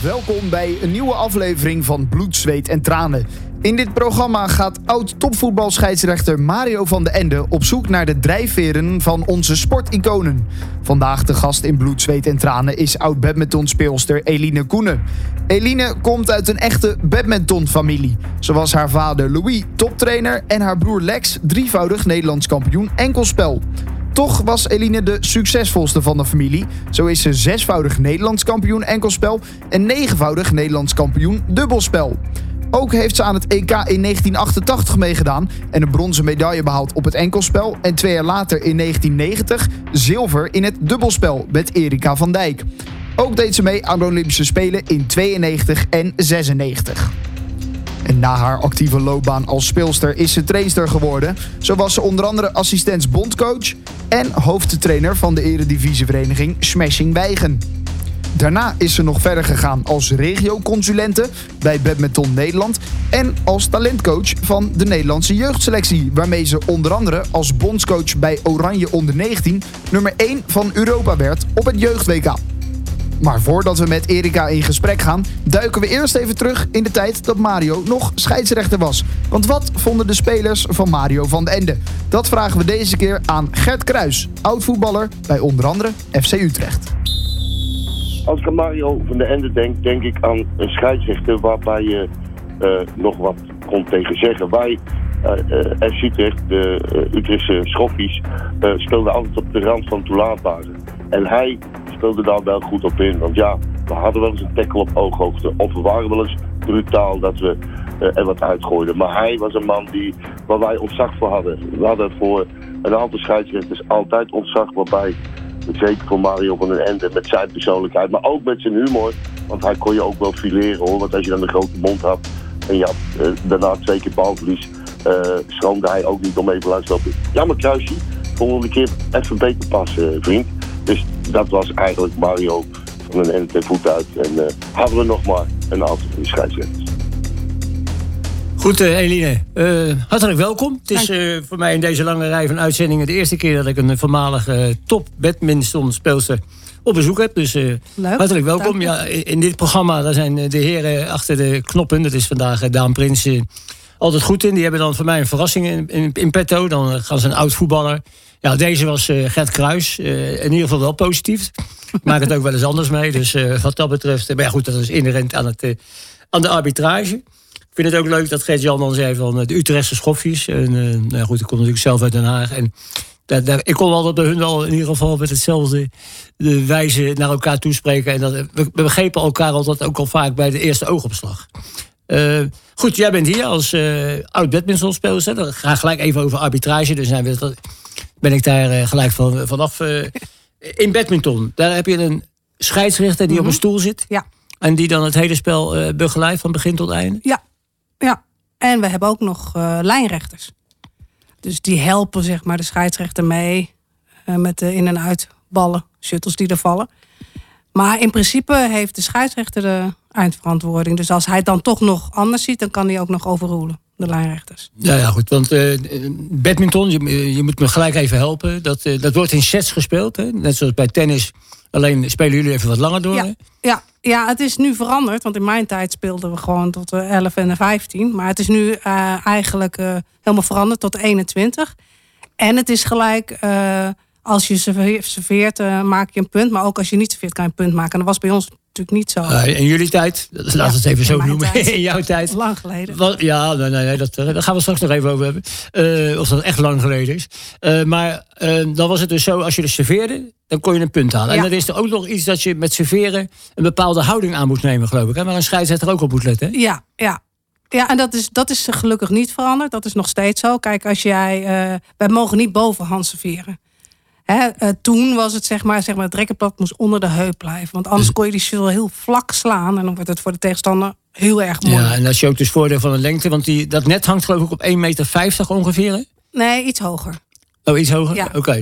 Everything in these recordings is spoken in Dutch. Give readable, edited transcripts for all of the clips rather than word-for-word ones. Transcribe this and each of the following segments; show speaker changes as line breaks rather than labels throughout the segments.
Welkom bij een nieuwe aflevering van Bloed, Zweet en Tranen. In dit programma gaat oud-topvoetbalscheidsrechter Mario van den Ende op zoek naar de drijfveren van onze sporticonen. Vandaag de gast in Bloed, Zweet en Tranen is oud-badmintonspeelster Eline Koenen. Eline komt uit een echte badmintonfamilie. Zo was haar vader Louis toptrainer en haar broer Lex drievoudig Nederlands kampioen enkelspel. Toch was Eline de succesvolste van de familie. Zo is ze 6voudig Nederlands kampioen enkelspel en 9voudig Nederlands kampioen dubbelspel. Ook heeft ze aan het EK in 1988 meegedaan en een bronzen medaille behaald op het enkelspel. En 2 jaar later in 1990 zilver in het dubbelspel met Erika van Dijk. Ook deed ze mee aan de Olympische Spelen in 92 en 96. En na haar actieve loopbaan als speelster is ze trainster geworden. Zo was ze onder andere assistent bondcoach en hoofdtrainer van de eredivisievereniging Smashing Weigen. Daarna is ze nog verder gegaan als regioconsulente bij Badminton Nederland en als talentcoach van de Nederlandse jeugdselectie, waarmee ze onder andere als bondscoach bij Oranje onder 19 nummer 1 van Europa werd op het jeugd-WK. Maar voordat we met Erika in gesprek gaan, duiken we eerst even terug in de tijd dat Mario nog scheidsrechter was. Want wat vonden de spelers van Mario van den Ende? Dat vragen we deze keer aan Gert Kruis, oud-voetballer bij onder andere FC Utrecht.
Als ik aan Mario van den Ende denk ik aan een scheidsrechter waarbij je nog wat kon tegen zeggen. Wij, FC Utrecht, de Utrechtse schoffies, speelden altijd op de rand van toelaatbare. En hij speelde daar wel goed op in. Want ja, we hadden wel eens een tackle op ooghoogte. Of we waren wel eens brutaal dat we er wat uitgooiden. Maar hij was een man waar wij ontzag voor hadden. We hadden voor een aantal scheidsrechters altijd ontzag, waarbij, zeker voor Mario van den Ende, met zijn persoonlijkheid, maar ook met zijn humor. Want hij kon je ook wel fileren hoor. Want als je dan een grote mond had en je had daarna 2 keer balverlies, schroomde hij ook niet om even langs te lopen. Jammer Kruisje, volgende keer even beter passen, vriend. Dus dat was eigenlijk Mario van den Ende ten voet uit. En hadden we nog maar een aantal van die scheidsrechters.
Goed, Eline. Hartelijk welkom. Het is voor mij in deze lange rij van uitzendingen de eerste keer dat ik een voormalige top badminton speelster op bezoek heb. Dus hartelijk welkom. Ja, in dit programma daar zijn de heren achter de knoppen. Dat is vandaag Daan Prins altijd goed in. Die hebben dan voor mij een verrassing in petto. Dan gaan ze een oud voetballer. Ja, deze was Gert Kruis. In ieder geval wel positief. Ik maak het ook wel eens anders mee. Dus wat dat betreft, maar ja, goed, dat is inherent aan de arbitrage. Ik vind het ook leuk dat Gert-Jan dan zei van de Utrechtse schoffies. En nou goed, ik kom natuurlijk zelf uit Den Haag. En ik kon altijd bij hun wel in ieder geval met hetzelfde de wijze naar elkaar toespreken. En we begrepen elkaar altijd ook al vaak bij de eerste oogopslag. Goed, jij bent hier als oud-badmintonspeelster. Dan ga ik gelijk even over arbitrage. Dus ben ik daar gelijk vanaf. In badminton, daar heb je een scheidsrechter die op een stoel zit. Ja. En die dan het hele spel begeleidt van begin tot einde. Ja.
En we hebben ook nog lijnrechters. Dus die helpen zeg maar de scheidsrechter mee met de in- en uitballen, shuttles die er vallen. Maar in principe heeft de scheidsrechter de eindverantwoording. Dus als hij het dan toch nog anders ziet, dan kan hij ook nog overrulen, de lijnrechters. Ja, goed, want
badminton, je moet me gelijk even helpen. Dat wordt in sets gespeeld, hè? Net zoals bij tennis. Alleen spelen jullie even wat langer door.
Ja, het is nu veranderd. Want in mijn tijd speelden we gewoon tot de 11 en de 15. Maar het is nu eigenlijk helemaal veranderd tot de 21. En het is gelijk, als je serveert, maak je een punt. Maar ook als je niet serveert, kan je een punt maken. En dat was bij ons natuurlijk niet zo.
In jullie tijd, laten we het even zo noemen. In jouw tijd.
Lang geleden.
Nee, daar gaan we straks nog even over hebben. Of dat echt lang geleden is. Maar dan was het dus zo, als je dus serveerde, dan kon je een punt halen. Ja. En dan is er ook nog iets dat je met serveren een bepaalde houding aan moet nemen, geloof ik. Hè? Maar een scheidsrechter ook op moet letten. Hè?
Ja, en dat is gelukkig niet veranderd. Dat is nog steeds zo. Kijk, wij mogen niet bovenhand serveren. Toen was het zeg maar het rekkenblad moest onder de heup blijven. Want anders kon je die shuttle heel vlak slaan. En dan wordt het voor de tegenstander heel erg moeilijk.
Ja, en dat is ook dus voordeel van de lengte. Want dat net hangt geloof ik op 1,50 meter ongeveer. Hè?
Nee, iets hoger.
Oh, iets hoger?
Ja.
Oké.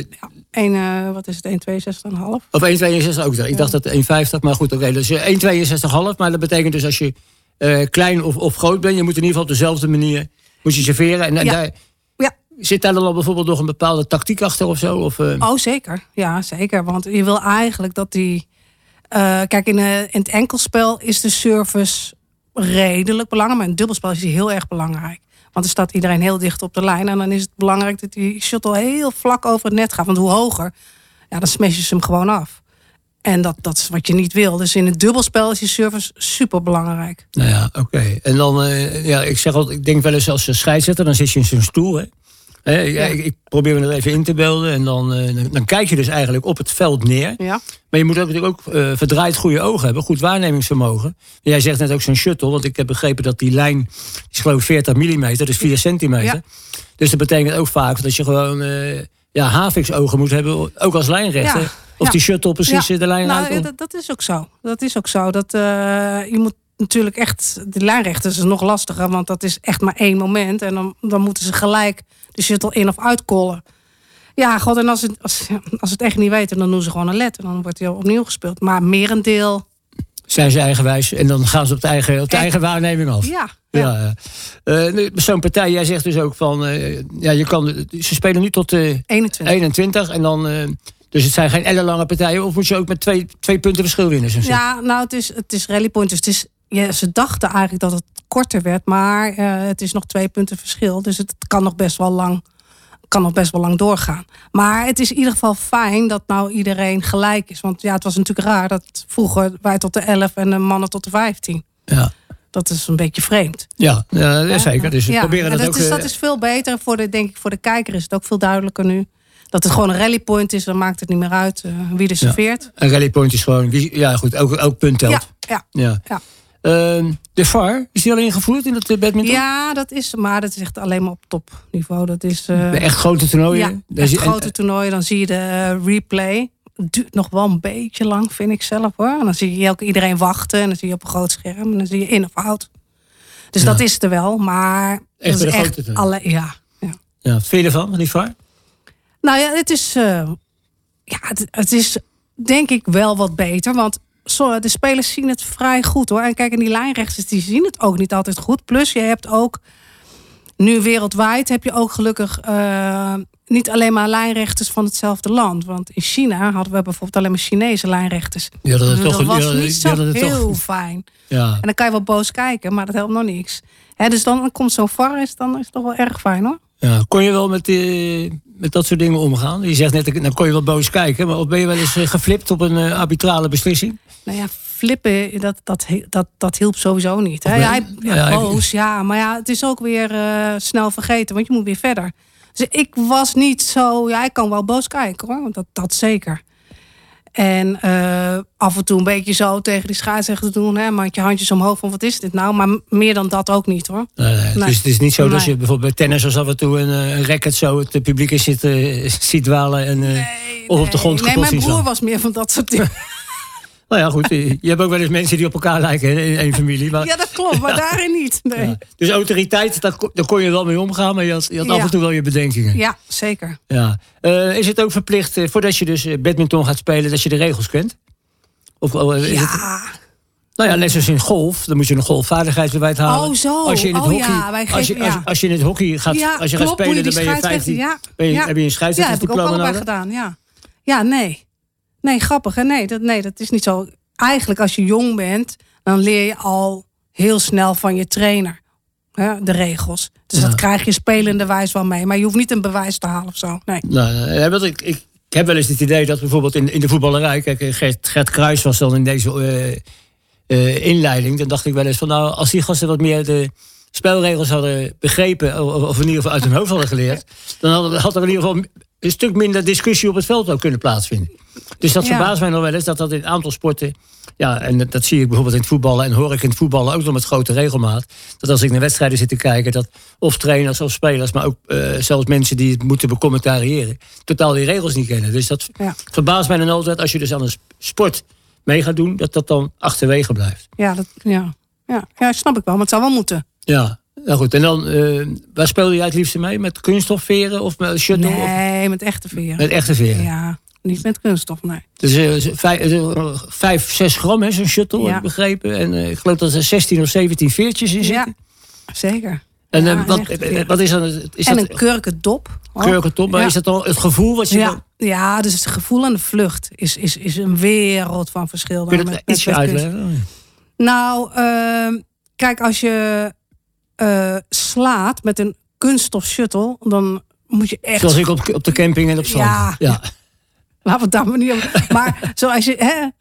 Wat is het, 1,62,5?
Of 1,62 ook. Ik dacht dat 1,50, maar goed, oké. Dus 1,62,5. Maar dat betekent dus als je klein of groot bent, je moet in ieder geval op dezelfde manier moet je serveren. En daar zit daar dan al bijvoorbeeld nog een bepaalde tactiek achter of zo? Of,
Oh, zeker. Ja, zeker. Want je wil eigenlijk dat die Kijk, in het enkelspel is de service redelijk belangrijk. Maar in het dubbelspel is die heel erg belangrijk. Want er staat iedereen heel dicht op de lijn. En dan is het belangrijk dat die shuttle heel vlak over het net gaat. Want hoe hoger, dan smash je hem gewoon af. En dat is wat je niet wil. Dus in het dubbelspel is die service super belangrijk.
Nou ja, oké. En dan, ik zeg altijd, ik denk wel eens als scheidsrechter, dan zit je in zo'n stoel, hè. Ik probeer me er even in te beelden. En dan kijk je dus eigenlijk op het veld neer.
Ja.
Maar je moet natuurlijk ook verdraaid goede ogen hebben. Goed waarnemingsvermogen. En jij zegt net ook zo'n shuttle. Want ik heb begrepen dat die lijn is geloof ik 40 millimeter. Dus 4 centimeter. Ja. Dus dat betekent ook vaak dat je gewoon haviksogen moet hebben. Ook als lijnrechter. Ja. Of die shuttle precies de lijn uitkomt.
Dat is ook zo. Dat is ook zo. Dat, je moet natuurlijk echt... De lijnrechters is nog lastiger. Want dat is echt maar 1 moment. En dan moeten ze gelijk de shuttle in of uitkollen. Ja, god, en als het echt niet weten, dan doen ze gewoon een let. En dan wordt hij opnieuw gespeeld. Maar merendeel...
Zijn ze eigenwijs en dan gaan ze op de eigen waarneming af.
Ja.
Zo'n partij, jij zegt dus ook van... ze spelen nu tot 21 en dan... Dus het zijn geen ellenlange partijen. Of moet je ook met twee punten verschil winnen?
Ja, nou, het is rallypoint. Dus ze dachten eigenlijk dat het korter werd. Maar het is nog 2 punten verschil. Dus het kan nog best wel lang doorgaan. Maar het is in ieder geval fijn dat nou iedereen gelijk is. Want het was natuurlijk raar dat vroeger wij tot de 11 en de mannen tot de 15.
Ja.
Dat is een beetje vreemd.
Ja, zeker. Dus we proberen dat ook...
Dat is veel beter. Voor de kijker is het ook veel duidelijker nu. Dat het gewoon een rallypoint is, dan maakt het niet meer uit wie er serveert.
Ja, een rallypoint is gewoon... Ja, goed, ook punt telt.
Ja.
De VAR, is die al ingevoerd in het badminton?
Ja, dat is echt alleen maar op topniveau. Dat is...
echt grote toernooien?
Ja, echt grote toernooien. Dan zie je de replay. Het duurt nog wel een beetje lang, vind ik zelf, hoor. En dan zie je ook iedereen wachten. En dan zie je op een groot scherm. En dan zie je in of out. Dus dat is er wel, maar...
Echt
dat
bij
is
de grote toernooien?
Ja.
Wat vind je ervan, die VAR?
Nou ja, het is... het is denk ik wel wat beter. Want de spelers zien het vrij goed, hoor. En kijk, en die lijnrechters die zien het ook niet altijd goed. Plus je hebt ook... Nu wereldwijd heb je ook gelukkig niet alleen maar lijnrechters van hetzelfde land. Want in China hadden we bijvoorbeeld alleen maar Chinese lijnrechters.
Ja,
dat was niet zo heel fijn.
Ja.
En dan kan je wel boos kijken, maar dat helpt nog niks. Dus dan komt zo'n VAR, dan is het toch wel erg fijn, hoor.
Ja, kon je wel met dat soort dingen omgaan? Je zegt net, dan kon je wel boos kijken. Maar of ben je wel eens geflipt op een arbitrale beslissing?
Nou ja, flippen, dat hielp sowieso niet. Hè? Boos, maar het is ook weer snel vergeten. Want je moet weer verder. Dus ik was niet zo... Ja, ik kan wel boos kijken, hoor. Dat zeker. En af en toe een beetje zo tegen die scheidsrechter doen. Hè, met je handjes omhoog van wat is dit nou? Maar meer dan dat ook niet, hoor.
Nee. Dus het is niet zo dat je bijvoorbeeld bij tennis... als af en toe een racket zo het publiek in ziet dwalen... en of op de grond kapot zien.
Mijn broer was meer van dat soort dingen.
Nou ja, goed. Je hebt ook wel eens mensen die op elkaar lijken in één familie. Maar...
Ja, dat klopt, maar daarin niet. Nee.
Ja. Dus autoriteit, daar kon je wel mee omgaan... maar je had af en toe wel je bedenkingen.
Ja, zeker.
Ja. Is het ook verplicht, voordat je dus badminton gaat spelen... dat je de regels kent? Of is het... Nou ja, net zoals in golf, dan moet je een golfvaardigheidsbewijs halen.
Oh, zo.
Als je in het als je in het hockey gaat, als je gaat spelen, dan ben je 15. Heb je een scheidsrechtersdiploma nodig?
Ja, heb ik ook allebei gedaan, ja. Nee. Nee, grappig. Hè? Nee, dat is niet zo. Eigenlijk als je jong bent, dan leer je al heel snel van je trainer de regels. Dus dat krijg je spelenderwijs wel mee. Maar je hoeft niet een bewijs te halen of zo. Nee.
Nou, ik heb wel eens het idee dat bijvoorbeeld in de voetballerij... Kijk, Gert Kruijs was dan in deze inleiding. Dan dacht ik wel eens van, nou, als die gasten wat meer de spelregels hadden begrepen... of in ieder geval uit hun hoofd hadden geleerd... dan had er in ieder geval een stuk minder discussie op het veld ook kunnen plaatsvinden. Dus dat verbaast mij nog wel eens, dat in een aantal sporten... Ja, en dat zie ik bijvoorbeeld in het voetballen... en hoor ik in het voetballen ook nog met grote regelmaat... dat als ik naar wedstrijden zit te kijken... dat of trainers of spelers, maar ook zelfs mensen die het moeten becommentariëren... totaal die regels niet kennen. Dus dat verbaast mij dan altijd als je dus aan een sport mee gaat doen... dat dan achterwege blijft.
Ja, snap ik wel, maar het zou wel moeten.
Ja. Nou goed, en dan, waar speelde jij het liefste mee? Met kunststofveren of met shuttle?
Nee, met echte veren.
Met echte veren?
Ja, niet met kunststof, nee.
Dus 5, 6 gram, hè, zo'n shuttle, heb ik begrepen. En ik geloof dat er 16 of 17 veertjes in zitten.
Ja, zeker.
En
Ja,
wat is dan...
Een kurkendop.
Kurkendop, maar is dat dan het gevoel wat je...
Ja, dus het gevoel en de vlucht is een wereld van verschil.
Kun je dat ietsje uitleggen?
Nou, kijk, als je slaat met een kunststof shuttle, dan moet je echt...
Zoals ik op de camping en op strand. Ja.
Laten we het daar maar niet op. Maar zoals je...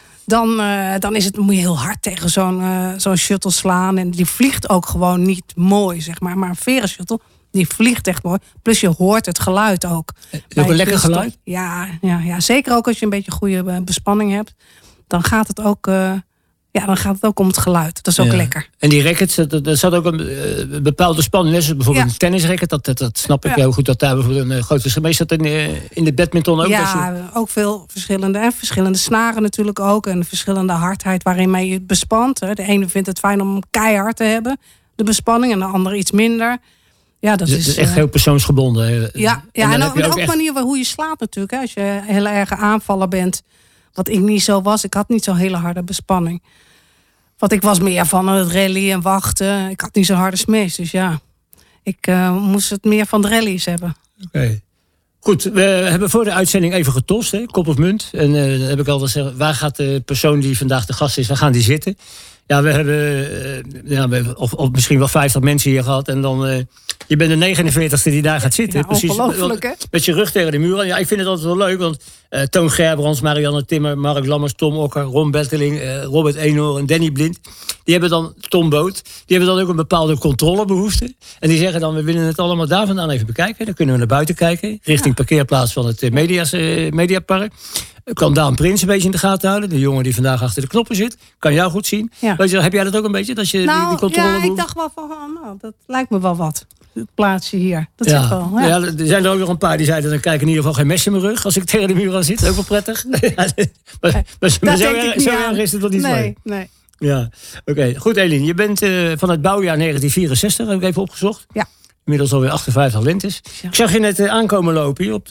Dan moet je heel hard tegen zo'n shuttle slaan. En die vliegt ook gewoon niet mooi, zeg maar. Maar een veren shuttle, die vliegt echt mooi. Plus je hoort het geluid ook.
Ook een lekker geluid?
Ja, zeker ook als je een beetje goede bespanning hebt. Dan gaat het ook... dan gaat het ook om het geluid. Dat is ook lekker.
En die rackets, er zat ook een bepaalde spanning. Net bijvoorbeeld een tennisracket. Dat snap ik heel goed. Dat daar bijvoorbeeld een groot verschil. Maar is dat in de badminton ook?
Ja, ook veel verschillende. En verschillende snaren natuurlijk ook. En verschillende hardheid waarin je het bespant. De ene vindt het fijn om keihard te hebben. De bespanning. En de andere iets minder. Ja, dat is
echt heel persoonsgebonden.
En ook manier hoe je slaat natuurlijk. Hè. Als je een heel erg aanvaller bent. Wat ik niet zo was. Ik had niet zo'n hele harde bespanning. Want ik was meer van het rally en wachten. Ik had niet zo'n harde smash. Dus ja, ik moest het meer van de rallies hebben.
Oké. Goed, we hebben voor de uitzending even getost, hè? Kop of munt. En dan heb ik al gezegd, waar gaat de persoon die vandaag de gast is, waar gaan die zitten? Ja, we hebben of misschien wel 50 mensen hier gehad. En dan, je bent de 49ste die daar gaat zitten.
Ja,
precies,
ongelooflijk, hè?
met je rug tegen de muur. Ja, ik vind het altijd wel leuk, want Toon Gerbrands, Marianne Timmer, Mark Lammers, Tom Okker, Ron Betteling, Robert Eenhoorn en Danny Blind. Die hebben dan, Tom Boot, die hebben dan ook een bepaalde controlebehoefte. En die zeggen dan, we willen het allemaal daar vandaan even bekijken. Dan kunnen we naar buiten kijken, richting parkeerplaats van het Mediapark. Kan Daan Prins een beetje in de gaten houden. De jongen die vandaag achter de knoppen zit. Kan jou goed zien. Ja. Weet je, heb jij dat ook een beetje? Dat je die controle
ik dacht wel van, dat lijkt me wel wat. Het plaatsje hier. Dat zit wel. Ja.
Ja, er zijn er ook nog een paar die zeiden, dan kijk ik in ieder geval geen mes in mijn rug als ik tegen de muur aan zit. Ook wel prettig. maar zo erg is het toch niet mee?
Nee.
Ja, oké. Goed, Eline. Je bent van het bouwjaar 1964, heb ik even opgezocht. Ja. Inmiddels alweer 58 lentes. Ja. Ik zag je net aankomen lopen hier op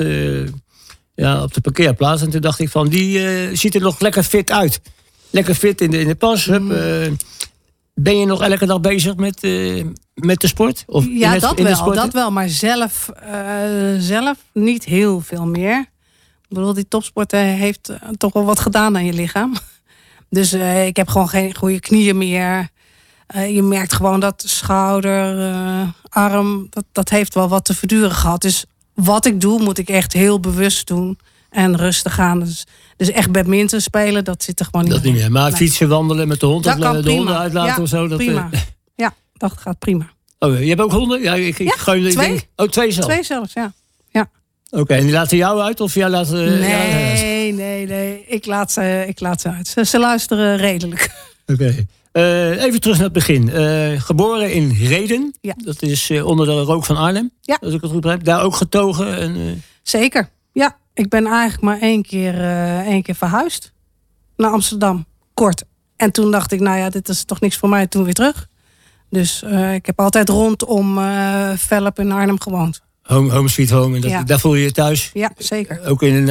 de parkeerplaats. En toen dacht ik van, die ziet er nog lekker fit uit. Lekker fit in de pas. Ben je nog elke dag bezig met de sport? Of
ja, dat wel. Maar zelf niet heel veel meer. Ik bedoel, die topsporter heeft toch wel wat gedaan aan je lichaam. Dus ik heb gewoon geen goede knieën meer. Je merkt gewoon dat schouder, arm, dat heeft wel wat te verduren gehad. Dus wat ik doe, moet ik echt heel bewust doen. En rustig aan. Dus echt badminton spelen, dat zit er gewoon niet in.
Dat niet meer. Maar fietsen, wandelen met de hond, de honden uitlaten of zo. Dat,
prima. Ja, dat gaat prima.
Oh, je hebt ook honden? Ja,
twee.
Twee zelfs?
Twee zelfs, ja.
Oké, en die laten jou uit of jij laat...
Nee. Ik laat ze uit. Ze luisteren redelijk.
Oké. Even terug naar het begin. Geboren in Rheden. Ja. Dat is onder de rook van Arnhem. Ja. Als ik het goed begrijp. Daar ook getogen.
Zeker. Ja. Ik ben eigenlijk maar één keer verhuisd. Naar Amsterdam. Kort. En toen dacht ik, nou ja, dit is toch niks voor mij. Toen weer terug. Dus ik heb altijd rondom Velp in Arnhem gewoond. Home
sweet home. En daar voel je je thuis.
Ja, zeker.
Ook in een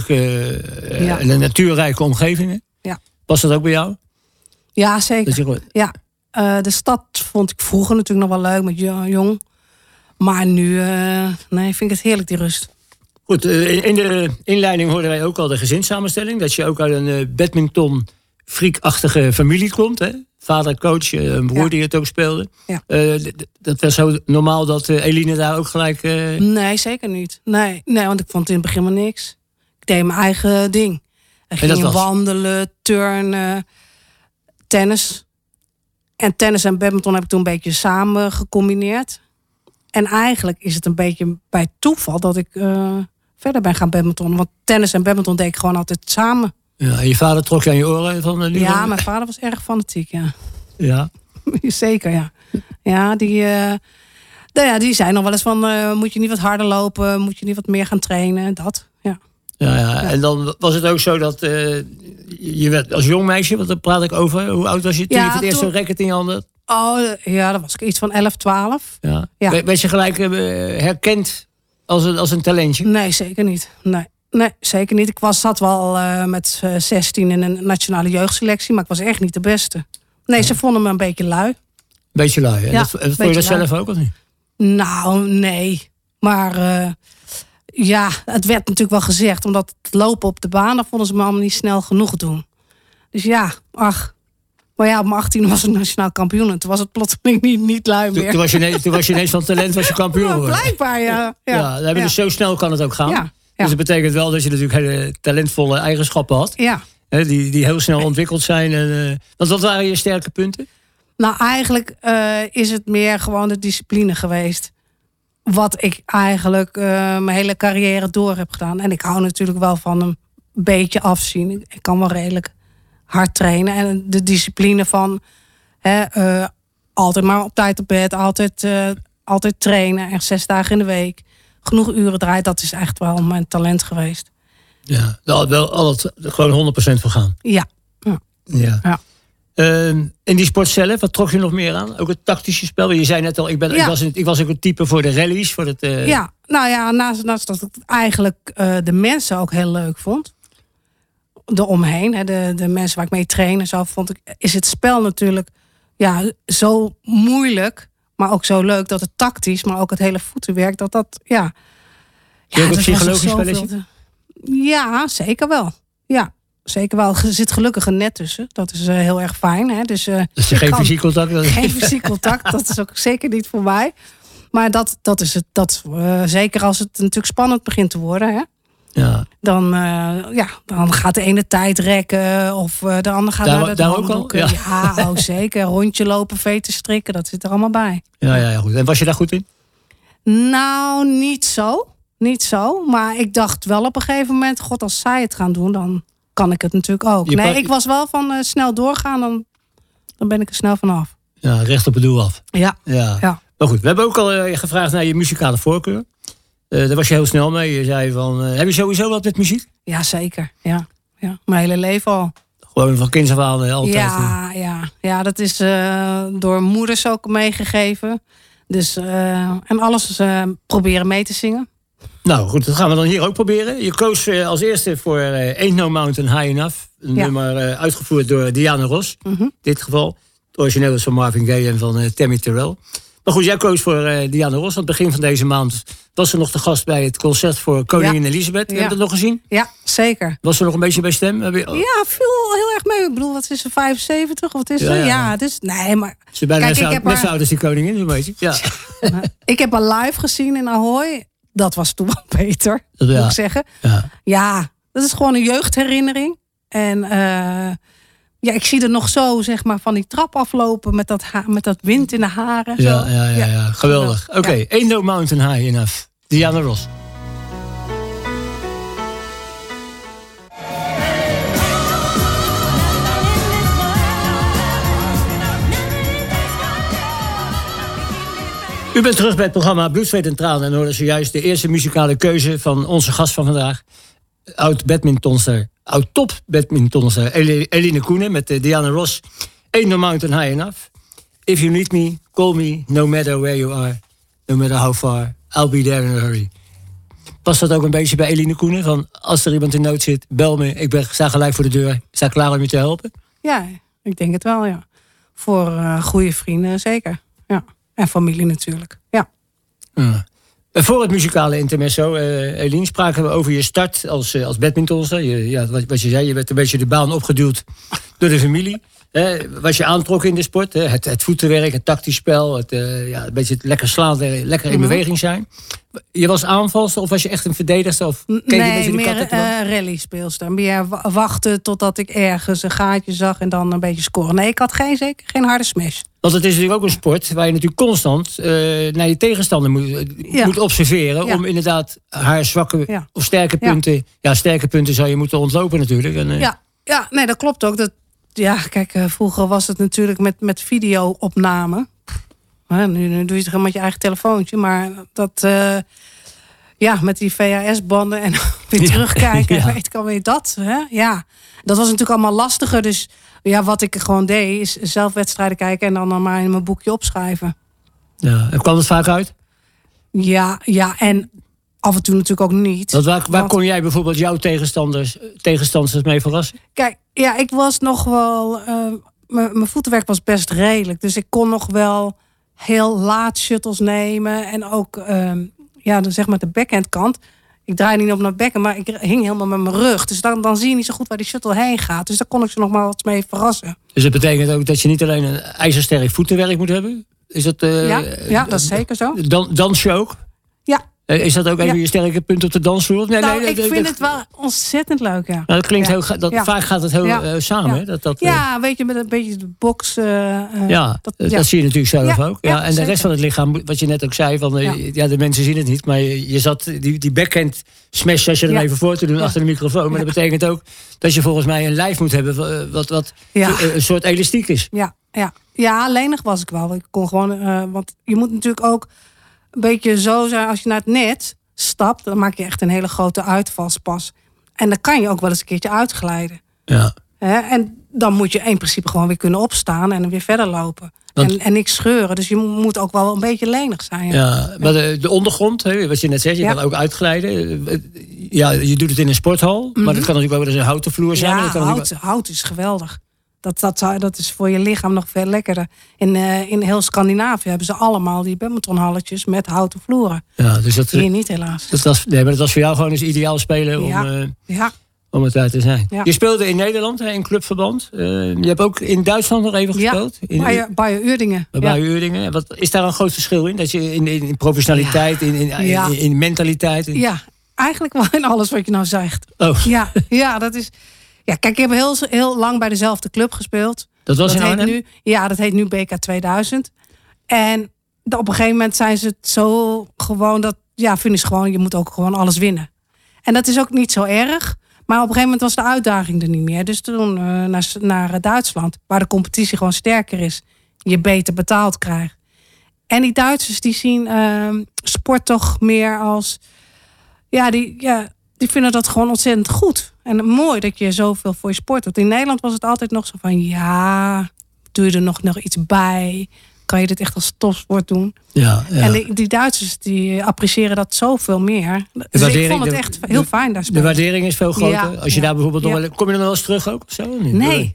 natuurrijke omgeving. Ja. Past dat ook bij jou?
Ja, zeker. Ja. De stad vond ik vroeger natuurlijk nog wel leuk met jong. Maar nu vind ik het heerlijk, die rust.
Goed, in de inleiding hoorden wij ook al de gezinssamenstelling. Dat je ook uit een badminton-freak-achtige familie komt. Hè? Vader, coach, een broer die het ook speelde. Ja. Dat was zo normaal dat Eline daar ook gelijk...
Nee, zeker niet. Nee, want ik vond het in het begin maar niks. Ik deed mijn eigen ding. Ik ging wandelen, turnen, tennis. En tennis en badminton heb ik toen een beetje samen gecombineerd. En eigenlijk is het een beetje bij toeval dat ik verder ben gaan badmintonnen. Want tennis en badminton deed ik gewoon altijd samen. Ja,
en je vader trok je aan je oren?
Ja, mijn vader was erg fanatiek, ja.
Ja?
Zeker, ja. Ja, die zei nog wel eens van... moet je niet wat harder lopen? Moet je niet wat meer gaan trainen? Dat, ja.
Ja. En dan was het ook zo dat je werd als jong meisje... want daar praat ik over. Hoe oud was je toen je voor het eerst zo'n racket in je handen?
Oh, ja, dan was ik iets van 11, 12.
Ja. Werd je gelijk herkend als een talentje?
Nee, zeker niet. Nee, zeker niet. Ik zat wel met 16 in een nationale jeugdselectie... maar ik was echt niet de beste. Nee, ze vonden me een beetje lui.
Beetje lui.
Ja,
Vond je dat zelf ook of niet?
Nou, nee. Maar ja, het werd natuurlijk wel gezegd. Omdat het lopen op de baan, dat vonden ze me allemaal niet snel genoeg doen. Dus ja, ach. Maar ja, op mijn 18 was ik nationaal kampioen. En toen was het plotseling niet lui meer.
Toen was je ineens van talent, was je kampioen geworden.
Blijkbaar, ja.
Dus zo snel kan het ook gaan.
Ja.
Dus dat betekent wel dat je natuurlijk hele talentvolle eigenschappen had.
Ja.
Die heel snel ontwikkeld zijn. Want wat waren je sterke punten?
Nou, eigenlijk is het meer gewoon de discipline geweest. Wat ik eigenlijk mijn hele carrière door heb gedaan. En ik hou natuurlijk wel van een beetje afzien. Ik kan wel redelijk hard trainen. En de discipline van altijd maar op tijd op bed. Altijd trainen. Echt 6 dagen in de week. Genoeg uren draaien. Dat is echt wel mijn talent geweest.
Ja, daar had wel altijd gewoon 100% voor gaan.
Ja.
In die sport zelf, wat trok je nog meer aan? Ook het tactische spel. Je zei net al, ik was ook een type voor de rallies. Voor het,
Ja, nou ja, naast dat ik eigenlijk de mensen ook heel leuk vond. Eromheen, de mensen waar ik mee train en zo, vond ik, is het spel natuurlijk zo moeilijk, maar ook zo leuk dat het tactisch, maar ook het hele voetenwerk, dat
Je hebt een psychologisch spelletje?
Ja, zeker wel. Ja. Zeker wel. Er zit gelukkig een net tussen. Dat is heel erg fijn. Hè? Dus
geen fysiek contact?
Geen fysiek contact. Dat is ook zeker niet voor mij. Maar dat is het. Zeker als het natuurlijk spannend begint te worden. Hè?
Ja.
Dan gaat de ene tijd rekken. Of de ander gaat naar de handdoek. Ja, zeker. Rondje lopen, veten strikken. Dat zit er allemaal bij.
Ja, goed. En was je daar goed in?
Nou, niet zo. Niet zo. Maar ik dacht wel op een gegeven moment, god, als zij het gaan doen, dan kan ik het natuurlijk ook. Ik was wel van snel doorgaan, dan ben ik er snel vanaf.
Ja, recht op het doel af.
Ja.
Maar goed, we hebben ook al gevraagd naar je muzikale voorkeur. Daar was je heel snel mee. Je zei van, heb je sowieso wat met muziek?
Ja, zeker. Ja. Mijn hele leven al.
Gewoon van kinds af aan altijd?
Ja, dat is door moeders ook meegegeven. Dus, en alles proberen mee te zingen.
Nou goed, dat gaan we dan hier ook proberen. Je koos als eerste voor Ain't No Mountain High Enough. Een nummer uitgevoerd door Diana Ross. In dit geval. Het origineel is van Marvin Gaye en van Tammy Terrell. Maar goed, jij koos voor Diana Ross. Aan het begin van deze maand was ze nog te gast bij het concert voor Koningin Elisabeth. Heb je dat nog gezien?
Ja, zeker.
Was ze nog een beetje bij stem?
Ja, viel heel erg mee. Ik bedoel, wat is ze, 75? Wat is ze? Ja, dus nee, maar...
Ze bijna net zo oud als die koningin, zo'n beetje. Ja.
Ik heb haar live gezien in Ahoy. Dat was toen wel beter, moet ik zeggen. Ja, dat is gewoon een jeugdherinnering. En ik zie er nog zo, zeg maar, van die trap aflopen met dat wind in de haren.
Ja. Geweldig. Oké, Ain't No Mountain High Enough. Diana Ross. U bent terug bij het programma Bloed, Zweet en Tranen en hoorde zojuist de eerste muzikale keuze van onze gast van vandaag. Oud-top badmintonster Eline Koenen met Diana Ross. Ain't No Mountain High Enough. If you need me, call me, no matter where you are. No matter how far, I'll be there in a hurry. Past dat ook een beetje bij Eline Koenen? Van als er iemand in nood zit, bel me. Ik sta gelijk voor de deur. Ik sta klaar om je te helpen.
Ja, ik denk het wel, ja. Voor goede vrienden, zeker. Ja. En familie natuurlijk, ja.
Voor het muzikale intermezzo, Eline, spraken we over je start als badmintonster. Wat je zei, je werd een beetje de baan opgeduwd door de familie. Was je aantrokken in de sport. Het voetenwerk, het tactisch spel, een beetje het lekker slaan, lekker in beweging zijn. Je was aanvalster of was je echt een verdedigster? Of
nee, meer rally-speelster. Meer wachten totdat ik ergens een gaatje zag en dan een beetje scoren. Nee, ik had geen harde smash.
Want het is natuurlijk ook een sport waar je natuurlijk constant naar je tegenstander moet observeren. Ja. Om inderdaad haar zwakke of sterke punten... Ja, sterke punten zou je moeten ontlopen natuurlijk. En,
nee, dat klopt ook. Kijk, vroeger was het natuurlijk met video-opname. Nu doe je het gewoon met je eigen telefoontje. Maar dat... met die VHS-banden en weer terugkijken. Weet ik alweer dat. Hè? Ja, dat was natuurlijk allemaal lastiger. Dus wat ik gewoon deed, is zelf wedstrijden kijken en dan maar in mijn boekje opschrijven.
Ja, en kwam het vaak uit?
Ja, en af en toe natuurlijk ook niet.
Waar kon jij bijvoorbeeld jouw tegenstanders mee verrassen?
Kijk, ik was nog wel mijn voetenwerk was best redelijk. Dus ik kon nog wel heel laat shuttles nemen. En ook zeg maar de backhandkant. Ik draai niet op naar bekken, maar ik hing helemaal met mijn rug. Dus dan zie je niet zo goed waar die shuttle heen gaat. Dus daar kon ik ze nog maar wat mee verrassen.
Dus dat betekent ook dat je niet alleen een ijzersterk voetenwerk moet hebben? Is dat,
ja, dat is zeker zo.
Dans je ook?
Ja.
Is dat ook even je sterke punt op de dansvloer? Nee,
ik vind het wel ontzettend leuk, ja.
Nou, dat klinkt heel... Vaak gaat het heel samen.
Ja. Weet je, met een beetje de box...
dat zie je natuurlijk zelf ook. Ja, en de
zeker.
rest van het lichaam, wat je net ook zei... de mensen zien het niet, maar je zat die backhand smash... als je er even voor te doen achter de microfoon. Maar dat betekent ook dat je volgens mij een lijf moet hebben... wat een soort elastiek is.
Ja, lenig was ik wel. Ik kon gewoon... want je moet natuurlijk ook... een beetje zo zijn, als je naar het net stapt... dan maak je echt een hele grote uitvalspas. En dan kan je ook wel eens een keertje uitglijden.
Ja.
En dan moet je in principe gewoon weer kunnen opstaan... en weer verder lopen. En niks scheuren. Dus je moet ook wel een beetje lenig zijn.
Ja, maar de ondergrond, wat je net zegt... je kan ook uitglijden. Je doet het in een sporthal... maar dat kan natuurlijk ook wel eens een houten vloer zijn.
Ja, hout is geweldig. Dat is voor je lichaam nog veel lekkerder. In heel Scandinavië hebben ze allemaal die badmintonhalletjes met houten vloeren. Ja, dus hier niet helaas.
Maar dat was voor jou gewoon eens ideaal spelen om het daar te zijn. Ja. Je speelde in Nederland in clubverband. Je hebt ook in Duitsland nog even gespeeld.
Bayer Uerdingen.
Bayer Uerdingen. Wat is daar een groot verschil in? Dat je in professionaliteit, in mentaliteit...
Ja, eigenlijk wel in alles wat je nou zegt.
Oh.
Ja, dat is... Ja, kijk, ik heb heel lang bij dezelfde club gespeeld.
Dat was in Arnhem?
Dat heet nu BK 2000. En op een gegeven moment zijn ze het zo gewoon dat... Ja, vinden ze gewoon, je moet ook gewoon alles winnen. En dat is ook niet zo erg. Maar op een gegeven moment was de uitdaging er niet meer. Dus toen naar Duitsland, waar de competitie gewoon sterker is. Je beter betaald krijgt. En die Duitsers die zien sport toch meer als... Die vinden dat gewoon ontzettend goed. En mooi dat je zoveel voor je sport doet. In Nederland was het altijd nog zo van... doe je er nog iets bij? Kan je dit echt als topsport doen? Ja. En die Duitsers die appreciëren dat zoveel meer. Dus ik vond het echt heel fijn daar spelen.
De waardering is veel groter. Ja, als je daar bijvoorbeeld nog wel... Kom je dan wel eens terug ook? Of zo?
Nee.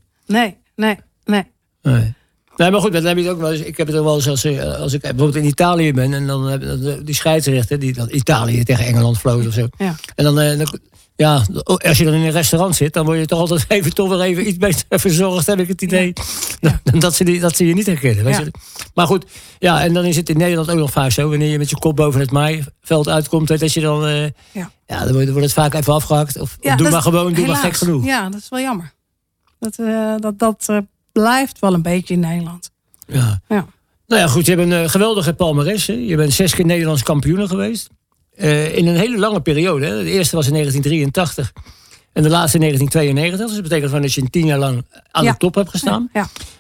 Nee, maar goed, dat heb ik ook wel eens. Ik heb het ook wel eens als ik bijvoorbeeld in Italië ben... en dan hebben die scheidsrechter die dan Italië tegen Engeland vloot of zo. Ja. En dan als je dan in een restaurant zit... dan word je toch altijd toch weer even iets beter verzorgd, heb ik het idee. Ja. Dat ze je niet herkennen. Weet je? Maar goed, en dan is het in Nederland ook nog vaak zo... wanneer je met je kop boven het maaiveld uitkomt... dat je dan... dan wordt het vaak even afgehakt. Of doe maar gewoon, doe maar gek genoeg.
Ja, dat is wel jammer. Dat blijft wel een beetje in Nederland.
Ja. Nou ja, goed, je hebt een geweldige palmares. Hè? Je bent 6 keer Nederlands kampioen geweest. In een hele lange periode. Hè? De eerste was in 1983 en de laatste in 1992. Dus dat betekent van dat je 10 jaar lang aan de top hebt gestaan.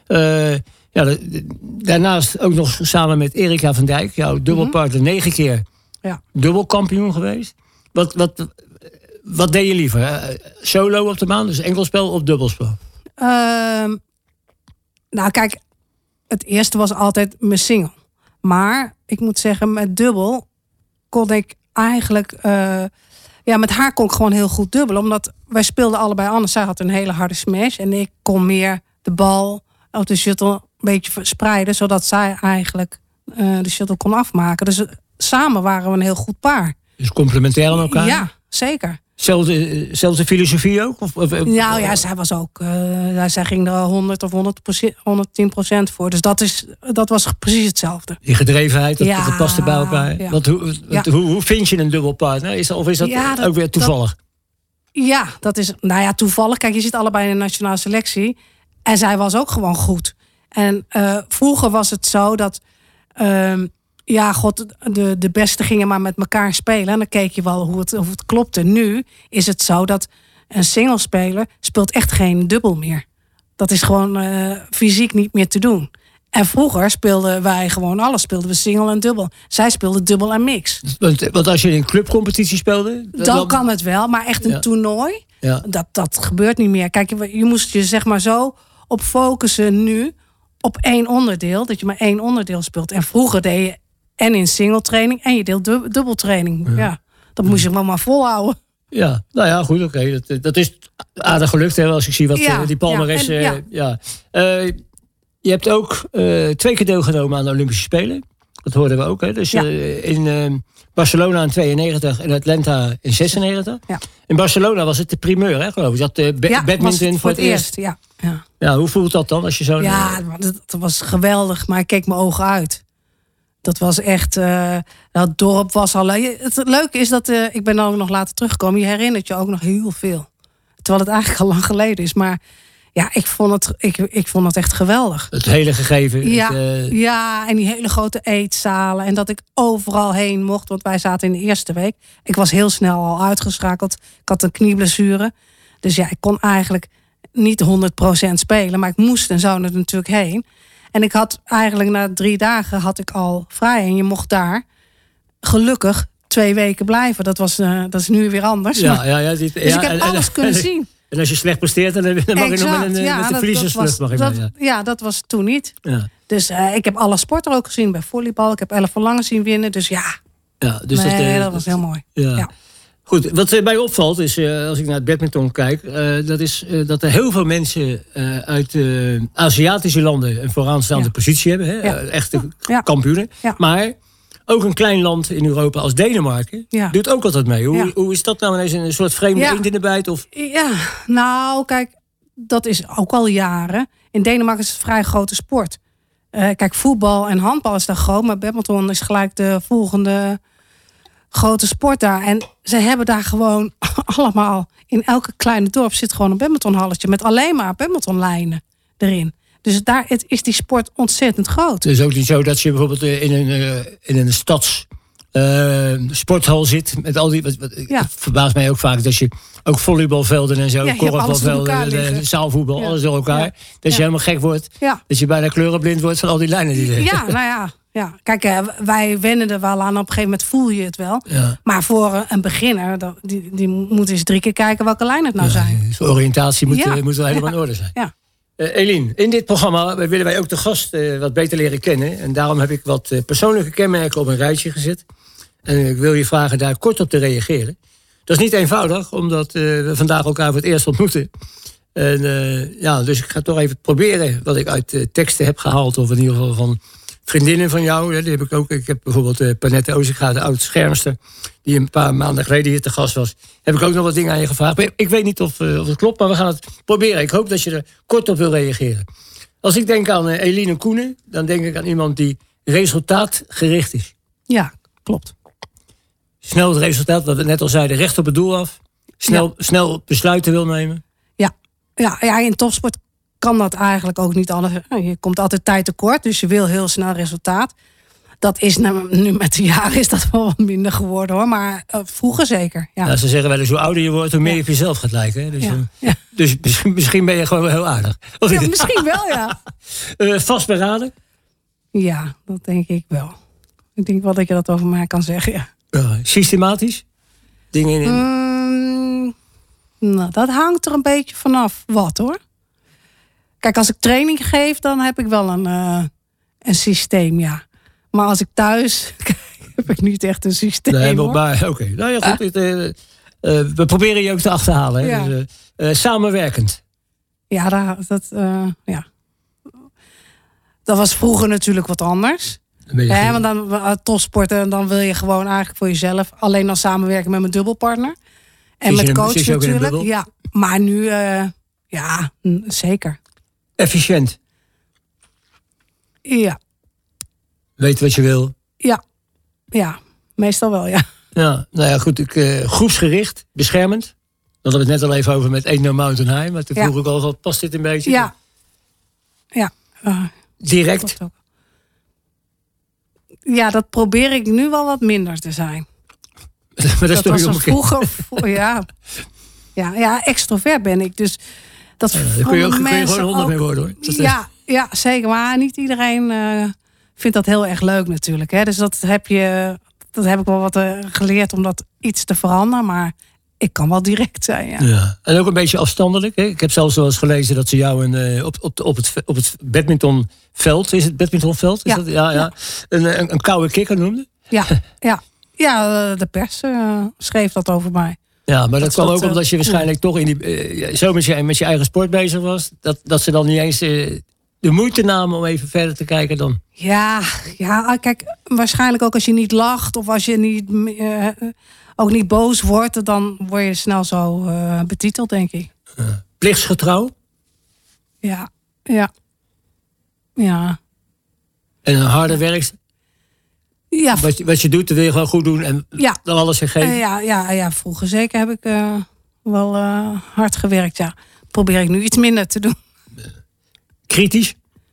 Daarnaast ook nog samen met Erika van Dijk, jouw dubbelpartner, 9 keer dubbelkampioen geweest. Wat deed je liever? Solo op de baan, dus enkelspel of dubbelspel?
Nou, kijk, het eerste was altijd mijn single. Maar ik moet zeggen, met dubbel kon ik eigenlijk... met haar kon ik gewoon heel goed dubbelen. Omdat wij speelden allebei anders. Zij had een hele harde smash. En ik kon meer de bal op de shuttle een beetje verspreiden. Zodat zij eigenlijk de shuttle kon afmaken. Dus samen waren we een heel goed paar.
Dus complementair aan elkaar?
Ja, zeker.
Zelfde filosofie ook?
Zij was ook... zij ging er 100 of 110% voor. Dus dat was precies hetzelfde.
Die gedrevenheid, dat paste bij elkaar. Ja. Want hoe vind je een dubbelpartner? Of is dat ook weer toevallig?
Dat is toevallig. Kijk, je zit allebei in de nationale selectie. En zij was ook gewoon goed. En vroeger was het zo dat... de beste gingen maar met elkaar spelen. En dan keek je wel hoe het klopte. Nu is het zo dat een singlespeler speelt echt geen dubbel meer. Dat is gewoon fysiek niet meer te doen. En vroeger speelden wij gewoon alles. Speelden we single en dubbel. Zij speelden dubbel en mix.
Want als je in clubcompetitie speelde...
Dan kan het wel, maar echt een toernooi... Dat gebeurt niet meer. Kijk, je moest je zeg maar zo op focussen nu... op één onderdeel, dat je maar één onderdeel speelt. En vroeger deed je en in singletraining en je deelt dubbeltraining. Ja, dat moest je maar volhouden.
Ja, nou ja, goed, oké. Dat is aardig gelukt, hè, als ik zie wat die palmares... Je hebt ook 2 keer deelgenomen aan de Olympische Spelen. Dat hoorden we ook. Hè? Dus in Barcelona in 92 en Atlanta in 96.
Ja.
In Barcelona was het de primeur, hè, geloof ik. Dat badminton voor het eerst. Ja, hoe voelt dat dan als je zo...
Ja, dat was geweldig. Maar ik keek mijn ogen uit. Dat was echt... dat dorp was al... Het leuke is dat... ik ben dan ook nog later teruggekomen. Je herinnert je ook nog heel veel. Terwijl het eigenlijk al lang geleden is. Maar ja, ik vond het echt geweldig.
Het hele gegeven.
Ja, en die hele grote eetzalen. En dat ik overal heen mocht. Want wij zaten in de eerste week. Ik was heel snel al uitgeschakeld. Ik had een knieblessure. Dus ja, ik kon eigenlijk niet 100% spelen. Maar ik moest en zou er natuurlijk heen. En ik had eigenlijk na 3 dagen had ik al vrij. En je mocht daar gelukkig 2 weken blijven. Dat is nu weer anders. Dus ik heb alles kunnen zien.
En als je slecht presteert, dan mag je nog met de verliezersvlucht.
Dat was toen niet.
Ja.
Dus ik heb alle sporten ook gezien bij volleybal. Ik heb Elle Verlangen zien winnen. Dus
dus
dat was heel mooi.
Ja. Goed, wat mij opvalt is, als ik naar het badminton kijk... dat er heel veel mensen uit Aziatische landen... een vooraanstaande positie hebben. Hè? Echte kampioenen. Ja. Maar ook een klein land in Europa als Denemarken... doet ook altijd mee. Hoe is dat nou ineens een soort vreemde eend in de bijt? Of?
Ja, nou kijk, dat is ook al jaren. In Denemarken is het een vrij grote sport. Kijk, voetbal en handbal is daar groot... maar badminton is gelijk de volgende... grote sport daar. En ze hebben daar gewoon allemaal... in elke kleine dorp zit gewoon een badmintonhalletje... met alleen maar badmintonlijnen erin. Dus daar is die sport ontzettend groot.
Het is ook niet zo dat je bijvoorbeeld in een sporthal zit... met al die... Het verbaast mij ook vaak dat je ook volleybalvelden en zo... korfbalvelden, zaalvoetbal, alles door elkaar. Ja. Dat je helemaal gek wordt. Ja. Dat je bijna kleurenblind wordt van al die lijnen die er.
Ja, nou ja. Ja, kijk, wij wennen er wel aan. Op een gegeven moment voel je het wel. Ja. Maar voor een beginner, die moet eens 3 keer kijken welke lijnen het nou zijn.
Dus oriëntatie moet wel helemaal in orde zijn.
Ja.
Eline, in dit programma willen wij ook de gast wat beter leren kennen. En daarom heb ik wat persoonlijke kenmerken op een rijtje gezet. En ik wil je vragen daar kort op te reageren. Dat is niet eenvoudig, omdat we vandaag elkaar voor het eerst ontmoeten. En, dus ik ga toch even proberen wat ik uit teksten heb gehaald. Of in ieder geval van... vriendinnen van jou, die heb ik ook. Ik heb bijvoorbeeld Panette Ozinga, de oud-schermster... die een paar maanden geleden hier te gast was. Heb ik ook nog wat dingen aan je gevraagd. Maar ik weet niet of het klopt, maar we gaan het proberen. Ik hoop dat je er kort op wil reageren. Als ik denk aan Eline Koenen... dan denk ik aan iemand die resultaatgericht is.
Ja, klopt.
Snel het resultaat, wat we net al zeiden, recht op het doel af. Snel besluiten wil nemen.
Ja, in topsport... kan dat eigenlijk ook niet alles. Je komt altijd tijd tekort, dus je wil heel snel resultaat. Dat is nu met de jaren is dat wel wat minder geworden hoor, maar vroeger zeker. Ja.
Ze zeggen wel eens hoe ouder je wordt, hoe meer je op jezelf gaat lijken. Hè? Dus, dus misschien ben je gewoon wel heel aardig.
Ja, misschien wel, ja.
Vastberaden?
Ja, dat denk ik wel. Ik denk wel dat je dat over mij kan zeggen, ja.
Systematisch? Dingen in?
Nou, dat hangt er een beetje vanaf wat hoor. Kijk, als ik training geef, dan heb ik wel een systeem, ja. Maar als ik thuis kijk, heb ik niet echt een systeem. Nee,
oké. Nou ja, goed. We proberen je ook te achterhalen. Hè?
Ja.
Dus, samenwerkend.
Ja, dat was vroeger natuurlijk wat anders. Want dan topsporten, dan wil je gewoon eigenlijk voor jezelf alleen dan samenwerken met mijn dubbelpartner. En met coach natuurlijk. Ja, maar nu, zeker.
Efficiënt.
Ja.
Weet wat je wil.
Ja, meestal wel, ja.
Ja, nou ja, goed. Groepsgericht, beschermend. Dat hadden we het net al even over met Ain't No Mountain High. Maar toen vroeg ik al, past dit een beetje?
Ja.
Direct?
Ja, dat probeer ik nu wel wat minder te zijn.
Maar dat was
vroeger. Ja, extrovert ben ik. Dus dat
kun je gewoon 100 mee worden hoor.
Ja, zeker. Maar niet iedereen vindt dat heel erg leuk natuurlijk. Hè? Dus dat heb ik wel wat geleerd om dat iets te veranderen. Maar ik kan wel direct zijn,
ja. En ook een beetje afstandelijk. Hè? Ik heb zelfs wel eens gelezen dat ze jou op het badmintonveld... Is het badmintonveld? Is dat? Ja. Een koude kikker noemde?
Ja, de pers schreef dat over mij.
Ja, maar dat kwam ook omdat je waarschijnlijk toch in die, zo met je eigen sport bezig was. Dat ze dan niet eens de de moeite namen om even verder te kijken dan?
Ja, kijk, waarschijnlijk ook als je niet lacht of als je niet, ook niet boos wordt, dan word je snel zo betiteld, denk ik.
Plichtsgetrouw?
Ja.
En een harde werk?
Ja,
Wat je doet, dat wil je gewoon goed doen en dan alles geven?
Ja, vroeger zeker heb ik wel hard gewerkt, ja. Probeer ik nu iets minder te doen.
Kritisch?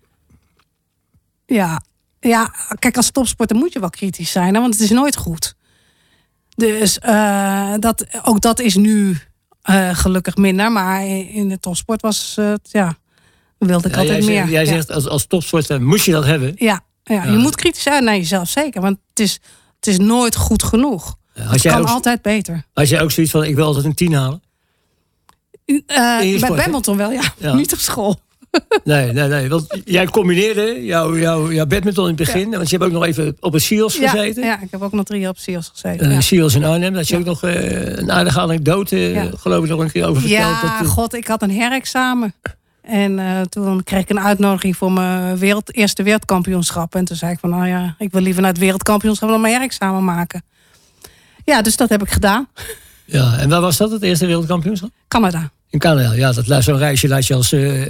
Ja, kijk, als topsporter moet je wel kritisch zijn, hè, want het is nooit goed. Dus dat is nu gelukkig minder, maar in de topsport was het, wilde ik altijd meer.
Jij zegt, als topsporter moest je dat hebben?
Ja, je moet kritisch zijn naar jezelf, zeker, want het is nooit goed genoeg. Het kan altijd beter.
Had jij ook zoiets van, ik wil altijd een 10 halen?
Bij badminton wel, ja. Niet op school.
Nee, want jij combineerde jouw badminton in het begin. Want je hebt ook nog even op een SEALS gezeten.
Ja, ik heb ook nog 3 jaar op SEALS gezeten.
SEALS in Arnhem, dat je ook nog een aardige anekdote, geloof ik, nog een keer over verteld.
Ja, ik had een herexamen. En toen kreeg ik een uitnodiging voor mijn eerste wereldkampioenschap. En toen zei ik van, ik wil liever naar het wereldkampioenschap dan mijn herexamen maken. Ja, dus dat heb ik gedaan.
Ja, en waar was dat, het eerste wereldkampioenschap?
Canada.
In Canada, ja, zo'n reisje laat je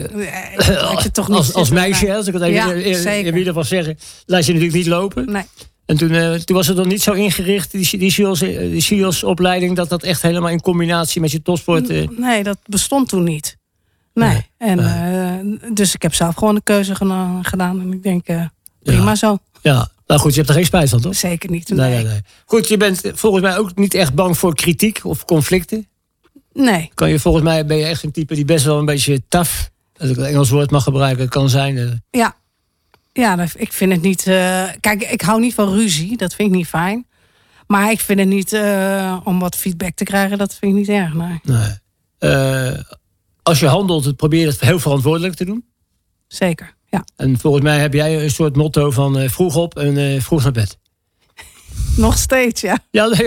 als meisje, als ik het even in ieder geval zeggen, laat je natuurlijk niet lopen.
Nee.
En toen was het nog niet zo ingericht, die SEALS-opleiding, dat echt helemaal in combinatie met je topsport...
Nee, dat bestond toen niet. Nee. Dus ik heb zelf gewoon de keuze gedaan. En ik denk, prima zo.
Ja, nou goed, je hebt er geen spijt van, toch?
Zeker niet.
Nee. Goed, je bent volgens mij ook niet echt bang voor kritiek of conflicten.
Nee.
Volgens mij ben je echt een type die best wel een beetje tough, als ik een Engels woord mag gebruiken, kan zijn.
Ja, ik vind het niet... kijk, ik hou niet van ruzie. Dat vind ik niet fijn. Maar ik vind het niet... om wat feedback te krijgen, dat vind ik niet erg. Nee.
Als je handelt, probeer je het heel verantwoordelijk te doen.
Zeker, ja.
En volgens mij heb jij een soort motto van vroeg op en vroeg naar bed.
Nog steeds, ja.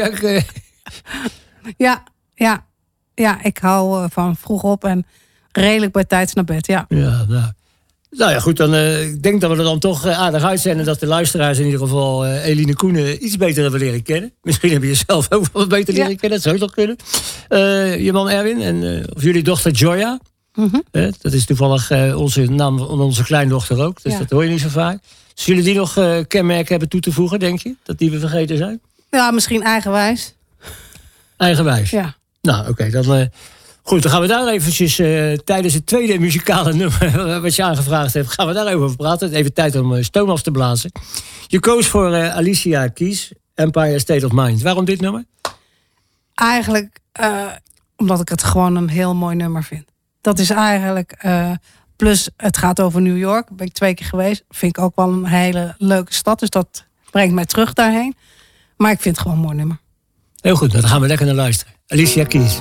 Ja, ik hou van vroeg op en redelijk bij tijd naar bed, ja.
Nou ja, goed, dan ik denk dat we er dan toch aardig uitzenden dat de luisteraars in ieder geval Eline Koenen iets beter hebben leren kennen. Misschien heb je jezelf ook wat beter leren kennen, dat zou toch kunnen. Je man Erwin of jullie dochter Joya. Mm-hmm. Dat is toevallig onze naam van onze kleindochter ook, dus dat hoor je niet zo vaak. Zullen die nog kenmerken hebben toe te voegen, denk je? Dat die we vergeten zijn?
Ja, misschien eigenwijs.
Eigenwijs?
Ja.
Nou, oké, dan... Goed, dan gaan we daar eventjes tijdens het tweede muzikale nummer wat je aangevraagd hebt, gaan we daar over praten. Even tijd om stoom af te blazen. Je koos voor Alicia Keys, Empire State of Mind. Waarom dit nummer?
Eigenlijk omdat ik het gewoon een heel mooi nummer vind. Dat is eigenlijk... plus het gaat over New York. Daar ben ik 2 keer geweest. Vind ik ook wel een hele leuke stad. Dus dat brengt mij terug daarheen. Maar ik vind het gewoon een mooi nummer.
Heel goed, dan gaan we lekker naar luisteren. Alicia Keys.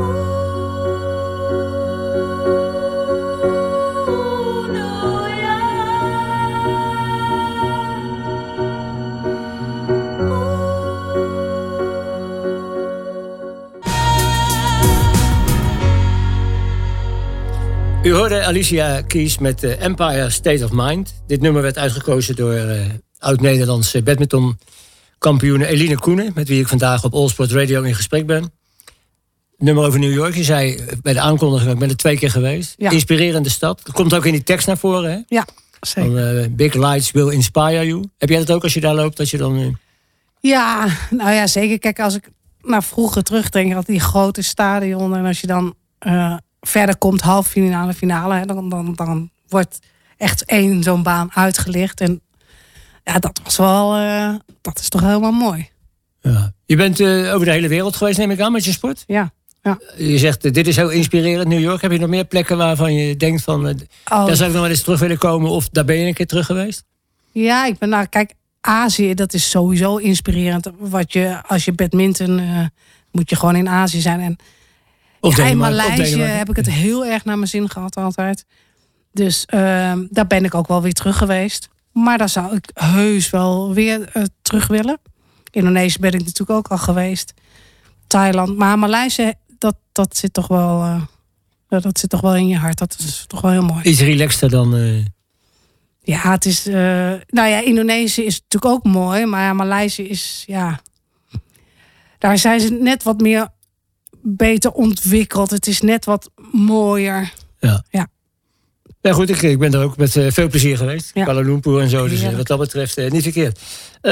U hoorde Alicia Keys met Empire State of Mind. Dit nummer werd uitgekozen door oud-Nederlandse badmintonkampioene Eline Koenen, met wie ik vandaag op Allsport Radio in gesprek ben. Nummer over New York. Je zei bij de aankondiging, ik ben er 2 keer geweest. Ja. Inspirerende stad. Dat komt ook in die tekst naar voren, hè?
Ja, zeker.
Van, Big lights will inspire you. Heb jij dat ook als je daar loopt? Dat je dan...
Ja, nou ja, zeker. Kijk, als ik naar vroeger terugdenk, had die grote stadion. En als je dan verder komt, halve finale, finale. Hè, dan wordt echt 1 zo'n baan uitgelicht. En ja, dat was wel... dat is toch helemaal mooi.
Ja. Je bent over de hele wereld geweest, neem ik aan, met je sport?
Ja.
Je zegt, dit is heel inspirerend, New York. Heb je nog meer plekken waarvan je denkt van... daar zou ik nog wel eens terug willen komen, of daar ben je een keer terug geweest?
Ja, ik ben kijk, Azië, dat is sowieso inspirerend. Als je badminton, moet je gewoon in Azië zijn. En in Maleisië heb ik het heel erg naar mijn zin gehad altijd. Dus daar ben ik ook wel weer terug geweest. Maar daar zou ik heus wel weer terug willen. Indonesië ben ik natuurlijk ook al geweest. Thailand. Maar Maleisië, dat zit toch wel... dat zit toch wel in je hart. Dat is toch wel heel mooi.
Iets relaxter dan
Ja, het is... Indonesië is natuurlijk ook mooi. Maar ja, Maleisië is... Ja, daar zijn ze net wat meer beter ontwikkeld. Het is net wat mooier.
Ja. Ja, goed, ik ben er ook met veel plezier geweest.
Ja.
Kuala Lumpur en zo, dus wat dat betreft niet verkeerd.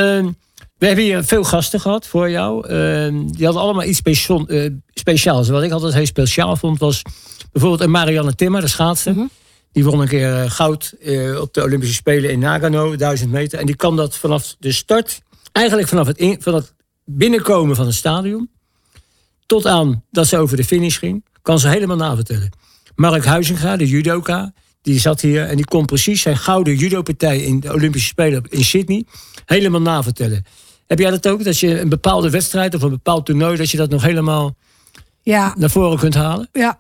We hebben hier veel gasten gehad voor jou. Die hadden allemaal iets speciaals. Wat ik altijd heel speciaal vond was bijvoorbeeld een Marianne Timmer, de schaatster.
Mm-hmm.
Die won een keer goud op de Olympische Spelen in Nagano, 1000 meter. En die kan dat vanaf de start, eigenlijk vanaf het binnenkomen van het stadion, tot aan dat ze over de finish ging, kan ze helemaal navertellen. Mark Huizinga, de judoka, die zat hier en die kon precies zijn gouden judopartij in de Olympische Spelen in Sydney helemaal navertellen. Heb jij dat ook? Dat je een bepaalde wedstrijd of een bepaald toernooi, dat je dat nog helemaal naar voren kunt halen?
Ja,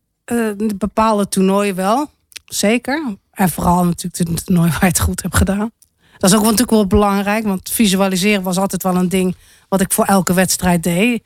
bepaalde toernooien wel. Zeker. En vooral natuurlijk het toernooi waar je het goed hebt gedaan. Dat is ook natuurlijk wel belangrijk. Want visualiseren was altijd wel een ding wat ik voor elke wedstrijd deed.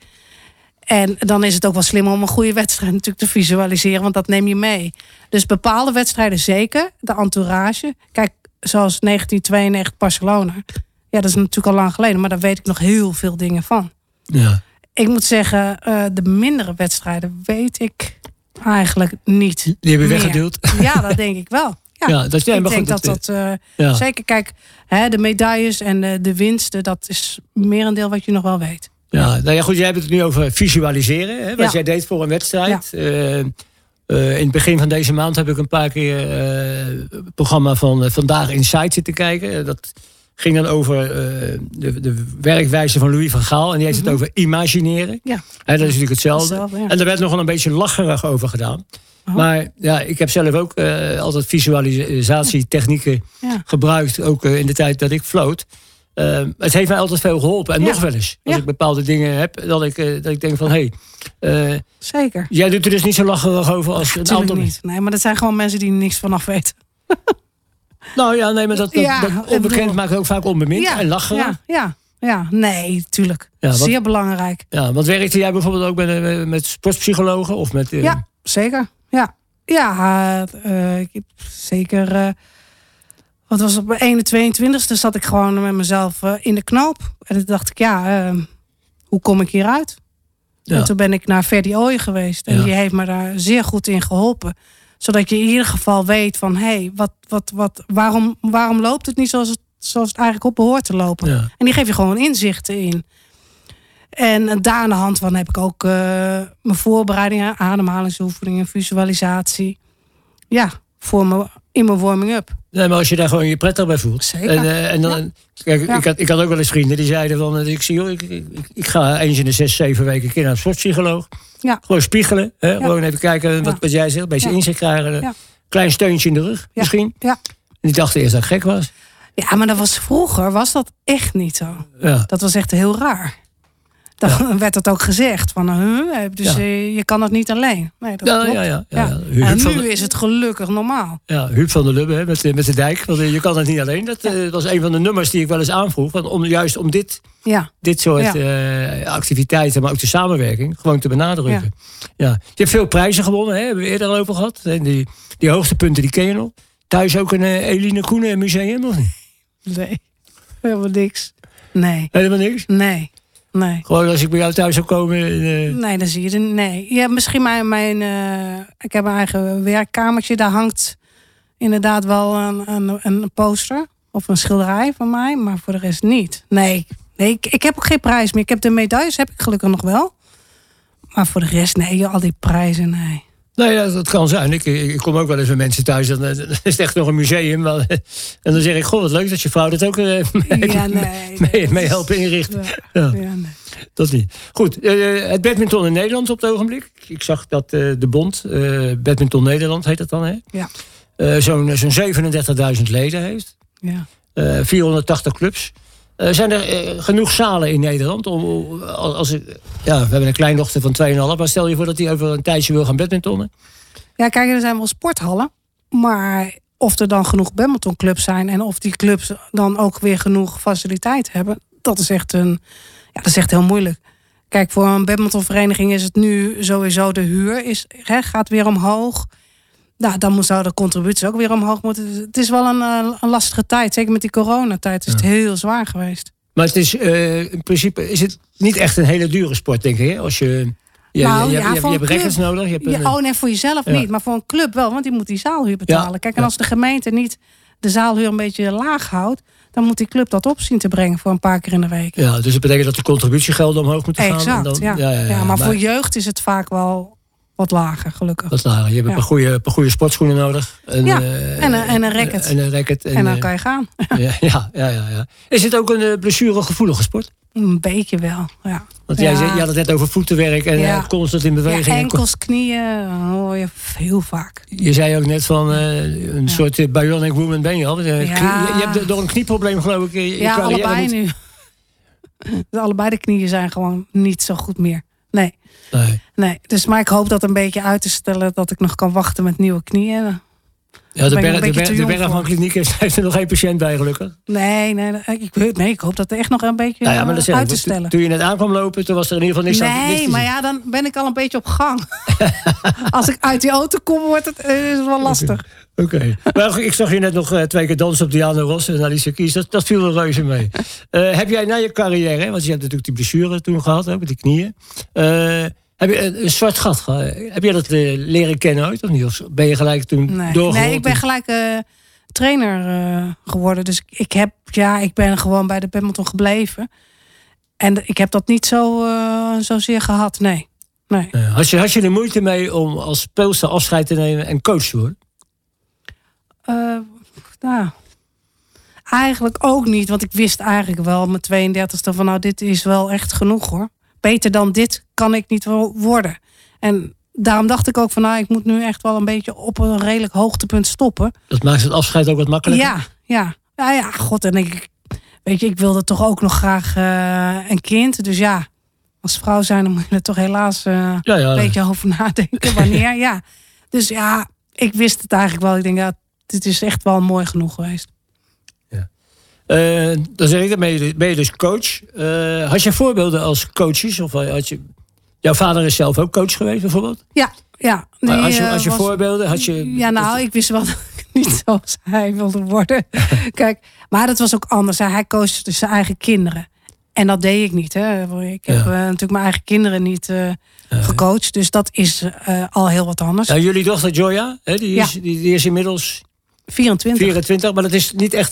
En dan is het ook wel slim om een goede wedstrijd natuurlijk te visualiseren. Want dat neem je mee. Dus bepaalde wedstrijden zeker. De entourage. Kijk, zoals 1992 Barcelona. Ja, dat is natuurlijk al lang geleden. Maar daar weet ik nog heel veel dingen van.
Ja.
Ik moet zeggen, de mindere wedstrijden weet ik eigenlijk niet.
Die hebben we weggedeeld.
Ja, dat denk ik wel. Ja,
dat
ik denk dat zeker, kijk, de medailles en de winsten, dat is merendeel wat je nog wel weet.
Ja, nou ja, goed, jij hebt het nu over visualiseren. Hè, wat jij deed voor een wedstrijd.
Ja.
In het begin van deze maand heb ik een paar keer het programma van Vandaag Inside zitten kijken. Dat ging dan over de werkwijze van Louis van Gaal. En die heeft het over imagineren. Ja. Dat is natuurlijk hetzelfde. Ja. En daar werd nog wel een beetje lacherig over gedaan. Maar ja, ik heb zelf ook altijd visualisatietechnieken gebruikt. Ook in de tijd dat ik floot. Het heeft mij altijd veel geholpen. En nog wel eens. Als ik bepaalde dingen heb, dat ik denk van...
Zeker.
Jij doet er dus niet zo lacherig over als een aantal
niet. Nee, maar dat zijn gewoon mensen die er niks vanaf weten.
Nou ja, nee, maar dat onbekend maakt ook vaak onbemind en lacherig.
Ja, nee, tuurlijk.
Ja,
zeer belangrijk.
Ja, want werkte jij bijvoorbeeld ook met sportpsychologen? Of met,
Ja, zeker. Ja, ik heb zeker... wat was het, op mijn 21ste zat ik gewoon met mezelf in de knoop. En toen dacht ik, hoe kom ik hieruit? Ja. En toen ben ik naar Ferdy Ooyen geweest. En die heeft me daar zeer goed in geholpen. Zodat je in ieder geval weet van... waarom loopt het niet zoals het eigenlijk op behoort te lopen? Ja. En die geef je gewoon inzichten in. En daar aan de hand van heb ik ook mijn voorbereidingen... ademhalingsoefeningen, visualisatie. Ja, in mijn warming-up.
Nee, maar als je daar gewoon je prettig bij voelt.
Zeker.
En dan, kijk, ik had ook wel eens vrienden die zeiden van... Ik ga eens in de 6-7 weken een keer naar een sportpsycholoog. Ja. Gewoon spiegelen. Hè? Gewoon even kijken wat jij zegt. Een beetje inzicht krijgen. Een klein steuntje in de rug misschien. Ja. En die dachten eerst dat ik gek was.
Ja, maar vroeger was dat echt niet zo. Ja. Dat was echt heel raar. Dan werd het ook gezegd. Dus je kan het niet alleen. Nee, dat klopt.
Ja.
En nu is het gelukkig normaal.
Ja, Huub van der Lubbe met de dijk. Want je kan het niet alleen. Dat was een van de nummers die ik wel eens aanvroeg. Om dit soort activiteiten, maar ook de samenwerking, gewoon te benadrukken. Ja. Je hebt veel prijzen gewonnen, hebben we eerder al over gehad. En die hoogtepunten, die ken je nog. Thuis ook een Eline Koenen museum, of niet?
Nee, helemaal niks. Nee.
Helemaal niks?
Nee.
Gewoon als ik bij jou thuis zou komen...
Nee, dan zie je er... Nee. Ja, misschien ik heb mijn eigen werkkamertje. Daar hangt inderdaad wel een poster. Of een schilderij van mij. Maar voor de rest niet. Nee, ik heb ook geen prijs meer. Ik heb de medailles, heb ik gelukkig nog wel. Maar voor de rest, nee, al die prijzen, nee.
Nee, dat kan zijn. Ik kom ook wel eens met mensen thuis. Dan is het echt nog een museum. En dan zeg ik, goh, wat leuk dat je vrouw dat ook mee helpen inrichten. Nee. Dat niet. Goed, het badminton in Nederland op het ogenblik. Ik zag dat de bond, Badminton Nederland heet dat dan, hè? Ja. Zo'n 37.000 leden heeft. Ja. 480 clubs. Zijn er genoeg zalen in Nederland? We hebben een kleindochter van 2,5. Maar stel je voor dat hij over een tijdje wil gaan badmintonnen.
Ja, kijk, er zijn wel sporthallen. Maar of er dan genoeg badmintonclubs zijn... en of die clubs dan ook weer genoeg faciliteit hebben... dat is echt heel moeilijk. Kijk, voor een badmintonvereniging is het nu sowieso de huur. Gaat weer omhoog. dan zou de contributie ook weer omhoog moeten. Het is wel een lastige tijd. Zeker met die coronatijd is het heel zwaar geweest.
Maar het is in principe is het niet echt een hele dure sport, denk ik. Hè? Als je hebt records nodig. Je hebt
voor jezelf niet. Maar voor een club wel, want die moet die zaalhuur betalen.
Ja.
Kijk, en als de gemeente niet de zaalhuur een beetje laag houdt, dan moet die club dat op zien te brengen voor een paar keer in de week.
Ja, dus dat betekent dat de contributiegelden omhoog moeten gaan.
Exact,
en dan,
maar voor jeugd is het vaak wel wat lager, gelukkig.
Wat lager. Je hebt een paar goede sportschoenen nodig. En
een racket.
En racket.
En dan kan je gaan.
Ja. Is het ook een blessuregevoelige sport?
Een beetje wel, ja.
Want jij had het net over voetenwerk en constant in beweging.
Ja, enkels, knieën hoor je heel vaak.
Je zei ook net van een soort bionic woman ben je al. Je hebt door een knieprobleem geloof ik.
Allebei nu. Dus allebei de knieën zijn gewoon niet zo goed meer. Nee. Dus maar ik hoop dat een beetje uit te stellen dat ik nog kan wachten met nieuwe knieën.
Ja, de berg van kliniek heeft er nog geen patiënt bij, gelukkig.
Nee, ik hoop dat er echt nog een beetje uit te stellen.
Toen je net aankwam lopen, toen was er in ieder geval niks aan.
Nee, maar ja, dan ben ik al een beetje op gang. Als ik uit die auto kom, wordt het wel lastig.
Oké. Maar ik zag je net nog 2 keer dansen op Diana Ross en Alicia Keys. Dat viel er reuze mee. Heb jij na je carrière, want je hebt natuurlijk die blessure toen gehad, met die knieën. Heb je een zwart gat gehad? Heb je dat leren kennen ooit of niet? Of ben je gelijk toen doorgerold?
Nee, ik ben gelijk trainer geworden. Dus ik ben gewoon bij de badminton gebleven. En ik heb dat niet zozeer gehad, nee.
Had je er moeite mee om als speelster afscheid te nemen en coach te worden?
Eigenlijk ook niet. Want ik wist eigenlijk wel op mijn 32e van dit is wel echt genoeg hoor. Beter dan dit kan ik niet worden. En daarom dacht ik ook van ik moet nu echt wel een beetje op een redelijk hoogtepunt stoppen.
Dat maakt het afscheid ook wat makkelijker?
Ja. God, en ik wilde toch ook nog graag een kind. Dus ja, als vrouw zijn dan moet je er toch helaas een beetje over nadenken. Wanneer, ja. Dus ja, ik wist het eigenlijk wel. Ik denk, dit is echt wel mooi genoeg geweest.
Dan zeg ik, dan ben je dus coach. Had je voorbeelden als coaches? Of jouw vader is zelf ook coach geweest bijvoorbeeld? Ja. Nee, als je voorbeelden had je...
Ja, ik wist wel dat ik niet zoals hij wilde worden. Kijk, maar dat was ook anders. Hij coachte dus zijn eigen kinderen. En dat deed ik niet. Hè. Ik heb natuurlijk mijn eigen kinderen niet gecoacht. Dus dat is al heel wat anders.
Ja, jullie dochter Joya, hè, die is inmiddels... 24, maar dat is niet echt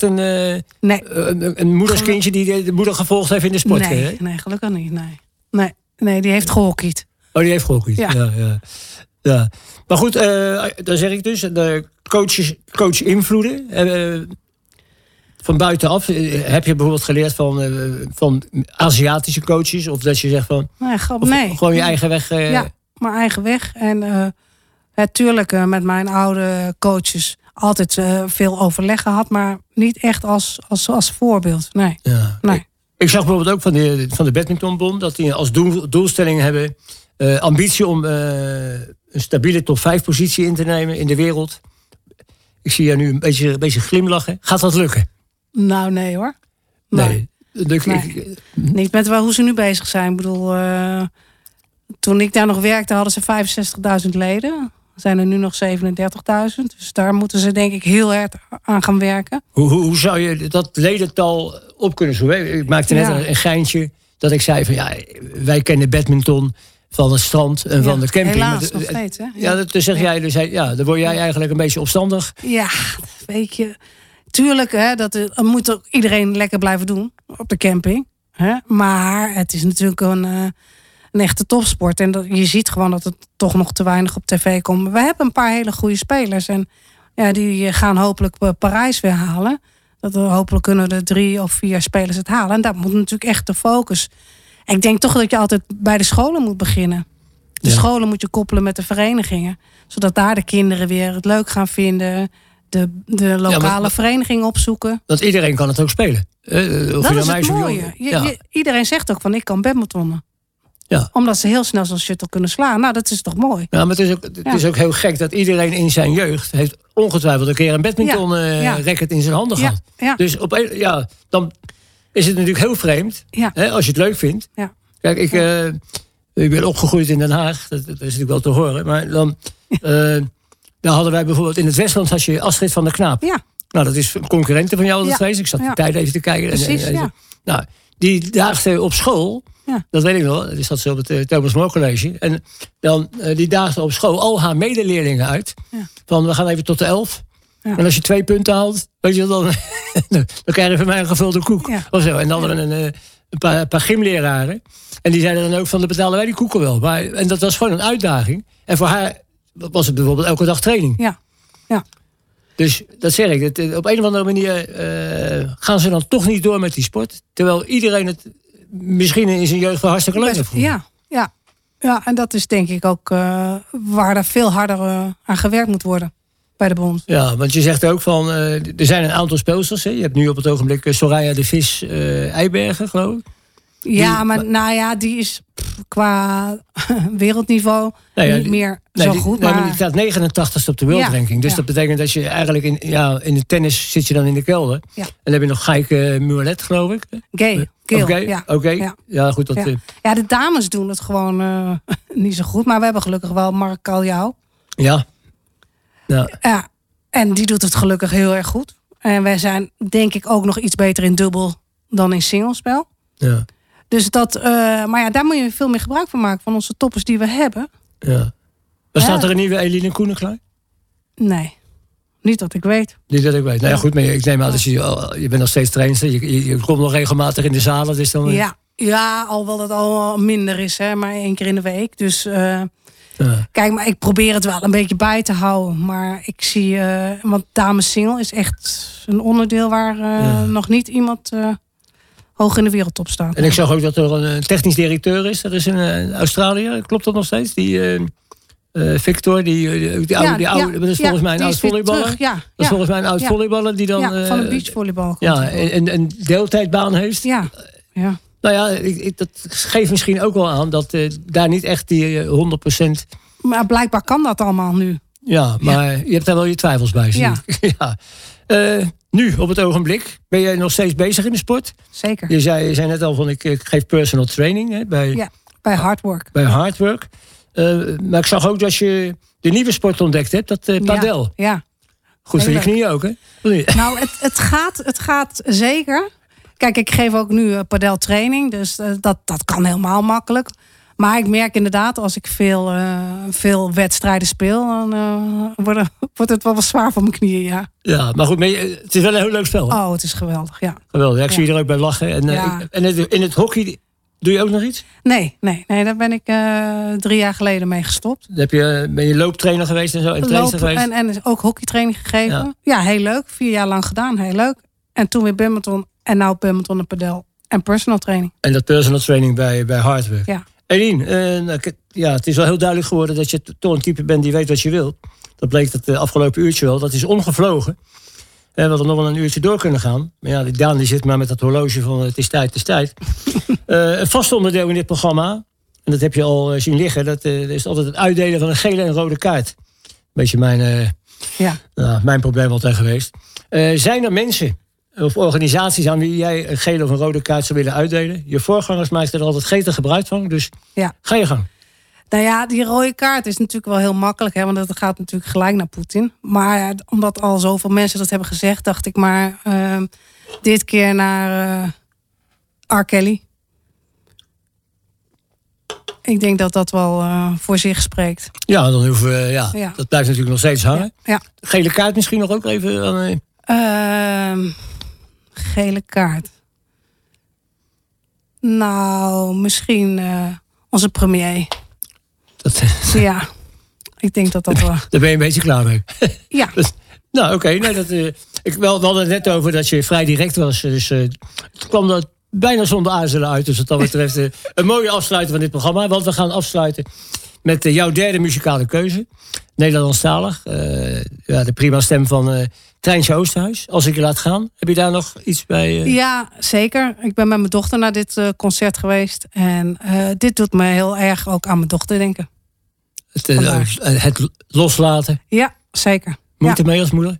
een moederskindje die de moeder gevolgd heeft in de sport.
Nee, gelukkig niet. Nee, die heeft gehockeyd.
Oh, die heeft gehockeyd. Ja. Maar goed, dan zeg ik dus, de coach invloeden. Van buitenaf, heb je bijvoorbeeld geleerd van Aziatische coaches? Of dat je zegt van, gewoon je eigen weg?
Ja, mijn eigen weg. En natuurlijk met mijn oude coaches altijd veel overleg gehad, maar niet echt als voorbeeld. Nee.
Ik zag bijvoorbeeld ook van de Badmintonbond dat die als doelstelling hebben ambitie om een stabiele top 5 positie in te nemen in de wereld. Ik zie je nu een beetje glimlachen. Gaat dat lukken? Nou,
nee hoor.
Nee.
Niet met hoe ze nu bezig zijn. Ik bedoel, toen ik daar nog werkte hadden ze 65.000 leden. Zijn er nu nog 37.000. Dus daar moeten ze denk ik heel hard aan gaan werken.
Hoe zou je dat ledental op kunnen zoeken? Ik maakte net een geintje dat ik zei van wij kennen badminton van het strand en van de camping.
Helaas nog steeds, hè?
Dan zeg jij dus, dan word jij eigenlijk een beetje opstandig.
Ja, weet je. Tuurlijk, hè, dat moet ook iedereen lekker blijven doen op de camping. Hè? Maar het is natuurlijk een echte topsport. En je ziet gewoon dat het toch nog te weinig op tv komt. We hebben een paar hele goede spelers. En die gaan hopelijk Parijs weer halen. Hopelijk kunnen er 3 of 4 spelers het halen. En daar moet natuurlijk echt de focus. En ik denk toch dat je altijd bij de scholen moet beginnen. De scholen moet je koppelen met de verenigingen. Zodat daar de kinderen weer het leuk gaan vinden. De lokale vereniging opzoeken.
Want iedereen kan het ook spelen.
Dat is het mooie. Iedereen zegt ook van ik kan badmintonnen. Ja. Omdat ze heel snel zo'n shuttle kunnen slaan. Nou, dat is toch mooi.
Ja, maar het is ook heel gek dat iedereen in zijn jeugd heeft ongetwijfeld een keer een badminton racket in zijn handen gehad. Ja. Dus dan is het natuurlijk heel vreemd als je het leuk vindt. Ja. Kijk, ik ben opgegroeid in Den Haag. Dat is natuurlijk wel te horen. Maar dan Daar hadden wij bijvoorbeeld in het Westland had je Astrid van der Knaap.
Ja.
Nou, dat is een concurrente van jou altijd
Ja.
geweest. Ik zat de tijd even te kijken.
Precies, ja.
Nou, die daagde op school,
Ja.
dat weet ik nog, die zat ze op het Thomas More College. En dan, die daagde op school al haar medeleerlingen uit.
Ja.
Van, we gaan even tot de 11.
Ja.
En als je 2 punten haalt, weet je, dan krijg je van mij een gevulde koek.
Ja.
Of zo. En dan hadden we een paar gymleraren. En die zeiden dan ook van, dan betalen wij die koeken wel. En dat was gewoon een uitdaging. En voor haar was het bijvoorbeeld elke dag training.
Ja. Ja.
Dus dat zeg ik. Op een of andere manier gaan ze dan toch niet door met die sport. Terwijl iedereen het misschien in zijn jeugd wel hartstikke leuk heeft.
Ja, en dat is denk ik ook waar er veel harder aan gewerkt moet worden bij de bond.
Ja, want je zegt ook van, er zijn een aantal speelsters. Hè? Je hebt nu op het ogenblik Soraya de Vis Eibergen, geloof ik.
Ja, maar die is qua wereldniveau niet meer zo goed.
Maar die staat 89ste op de wereldranking. Dus dat betekent dat je eigenlijk in de tennis zit je dan in de kelder.
Ja.
En dan heb je nog Geike Mualet, geloof ik.
Gay.
Oké.
Ja.
Ja, goed. Dat,
Ja, de dames doen het gewoon niet zo goed. Maar we hebben gelukkig wel Mark Kaljau.
Ja.
Ja. En die doet het gelukkig heel erg goed. En wij zijn denk ik ook nog iets beter in dubbel dan in singlespel.
Ja.
Dus maar ja, daar moet je veel meer gebruik van maken van onze toppers die we hebben.
Ja. Maar staat er een nieuwe Eline Koenen klaar?
Nee, niet dat ik weet.
Niet dat ik weet. Nou ja, goed, maar ik neem aan dat je bent nog steeds trainster. Je komt nog regelmatig in de zalen. Dus dan,
Ja, alhoewel het al minder is, hè, maar 1 keer in de week. Dus kijk, maar ik probeer het wel een beetje bij te houden. Maar ik zie, want dames single is echt een onderdeel waar nog niet iemand hoog in de wereldtop staat.
En ik zag ook dat er een technisch directeur is. Dat is in Australië. Klopt dat nog steeds? Die Victor, die oude, dat is volgens mij een oud volleyballer. Dat is volgens mij een oud volleyballer die dan
van de beachvolleybal.
Een deeltijdbaan heeft.
Ja.
Nou ja, dat geeft misschien ook wel aan dat daar niet echt die 100%.
Maar blijkbaar kan dat allemaal nu.
Ja, maar je hebt daar wel je twijfels bij.
Ja.
Nu, op het ogenblik, ben jij nog steeds bezig in de sport?
Zeker.
Je zei net al van ik geef personal training
bij Hardwork.
Bij Hardwork. Maar ik zag ook dat je de nieuwe sport ontdekt hebt, dat padel.
Ja.
Goed voor je knieën ook, hè?
Nou, het gaat zeker. Kijk, ik geef ook nu padeltraining, dus dat kan helemaal makkelijk. Maar ik merk inderdaad, als ik veel wedstrijden speel, dan wordt het wel wat zwaar voor mijn knieën, ja.
Ja, maar goed, het is wel een heel leuk spel.
Oh, het is geweldig, ja.
Geweldig, ik zie je er ook bij lachen. En in het hockey, doe je ook nog iets?
Nee, daar ben ik 3 jaar geleden mee gestopt.
Ben je looptrainer geweest en zo? En trainer geweest?
En ook hockeytraining gegeven. Ja, heel leuk. 4 jaar lang gedaan, heel leuk. En toen weer badminton en nou badminton en padel en personal training.
En dat personal training bij Hardwork.
Ja.
Eline, het is wel heel duidelijk geworden dat je toch een type bent die weet wat je wilt. Dat bleek het afgelopen uurtje wel. Dat is omgevlogen. We hadden nog wel een uurtje door kunnen gaan. Maar ja, Daan die zit maar met dat horloge van het is tijd. Een vast onderdeel in dit programma, en dat heb je al zien liggen, dat is altijd het uitdelen van een gele en rode kaart. Beetje mijn probleem altijd geweest. Zijn er mensen of organisaties aan wie jij een gele of een rode kaart zou willen uitdelen? Je voorgangers maakten er altijd gretig gebruik van, dus ga je gang.
Nou ja, die rode kaart is natuurlijk wel heel makkelijk, hè, want dat gaat natuurlijk gelijk naar Poetin. Maar omdat al zoveel mensen dat hebben gezegd, dacht ik maar dit keer naar R. Kelly. Ik denk dat dat wel voor zich spreekt.
Ja, dan hoeven we, dat blijft natuurlijk nog steeds hangen.
Ja.
Gele kaart misschien nog ook even?
Gele kaart. Nou, misschien onze premier. Ja, ik denk dat wel.
Daar ben je een beetje klaar mee.
Ja.
Nou, oké. We hadden het net over dat je vrij direct was. Dus het kwam er bijna zonder aarzelen uit. Dus wat dat betreft een mooie afsluiting van dit programma. Want we gaan afsluiten met jouw derde muzikale keuze. Nederlandstalig. De prima stem van Trijntje Oosterhuis. Als ik je laat gaan. Heb je daar nog iets bij?
Ja, zeker. Ik ben met mijn dochter naar dit concert geweest. En dit doet me heel erg ook aan mijn dochter denken.
Het loslaten.
Ja, zeker.
Moeite mee als moeder?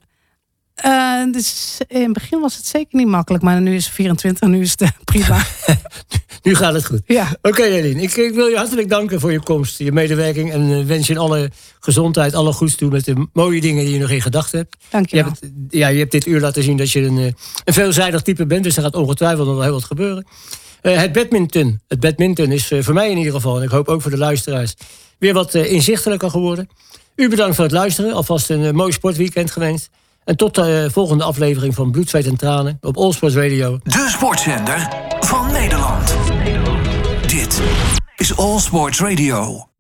Dus in het begin was het zeker niet makkelijk. Maar nu is het 24, nu is het prima.
Nu gaat het goed.
Ja.
Oké, Eline. Ik wil je hartelijk danken voor je komst, je medewerking. En wens je in alle gezondheid, alle goeds toe met de mooie dingen die je nog in gedachten hebt.
Dank je wel.
Je hebt dit uur laten zien dat je een veelzijdig type bent. Dus er gaat ongetwijfeld nog wel heel wat gebeuren. Het badminton is voor mij in ieder geval, en ik hoop ook voor de luisteraars, weer wat inzichtelijker geworden. U bedankt voor het luisteren. Alvast een mooi sportweekend gewenst. En tot de volgende aflevering van Bloed, Zweet en Tranen op All Sports Radio.
De sportzender van Nederland. Dit is All Sports Radio.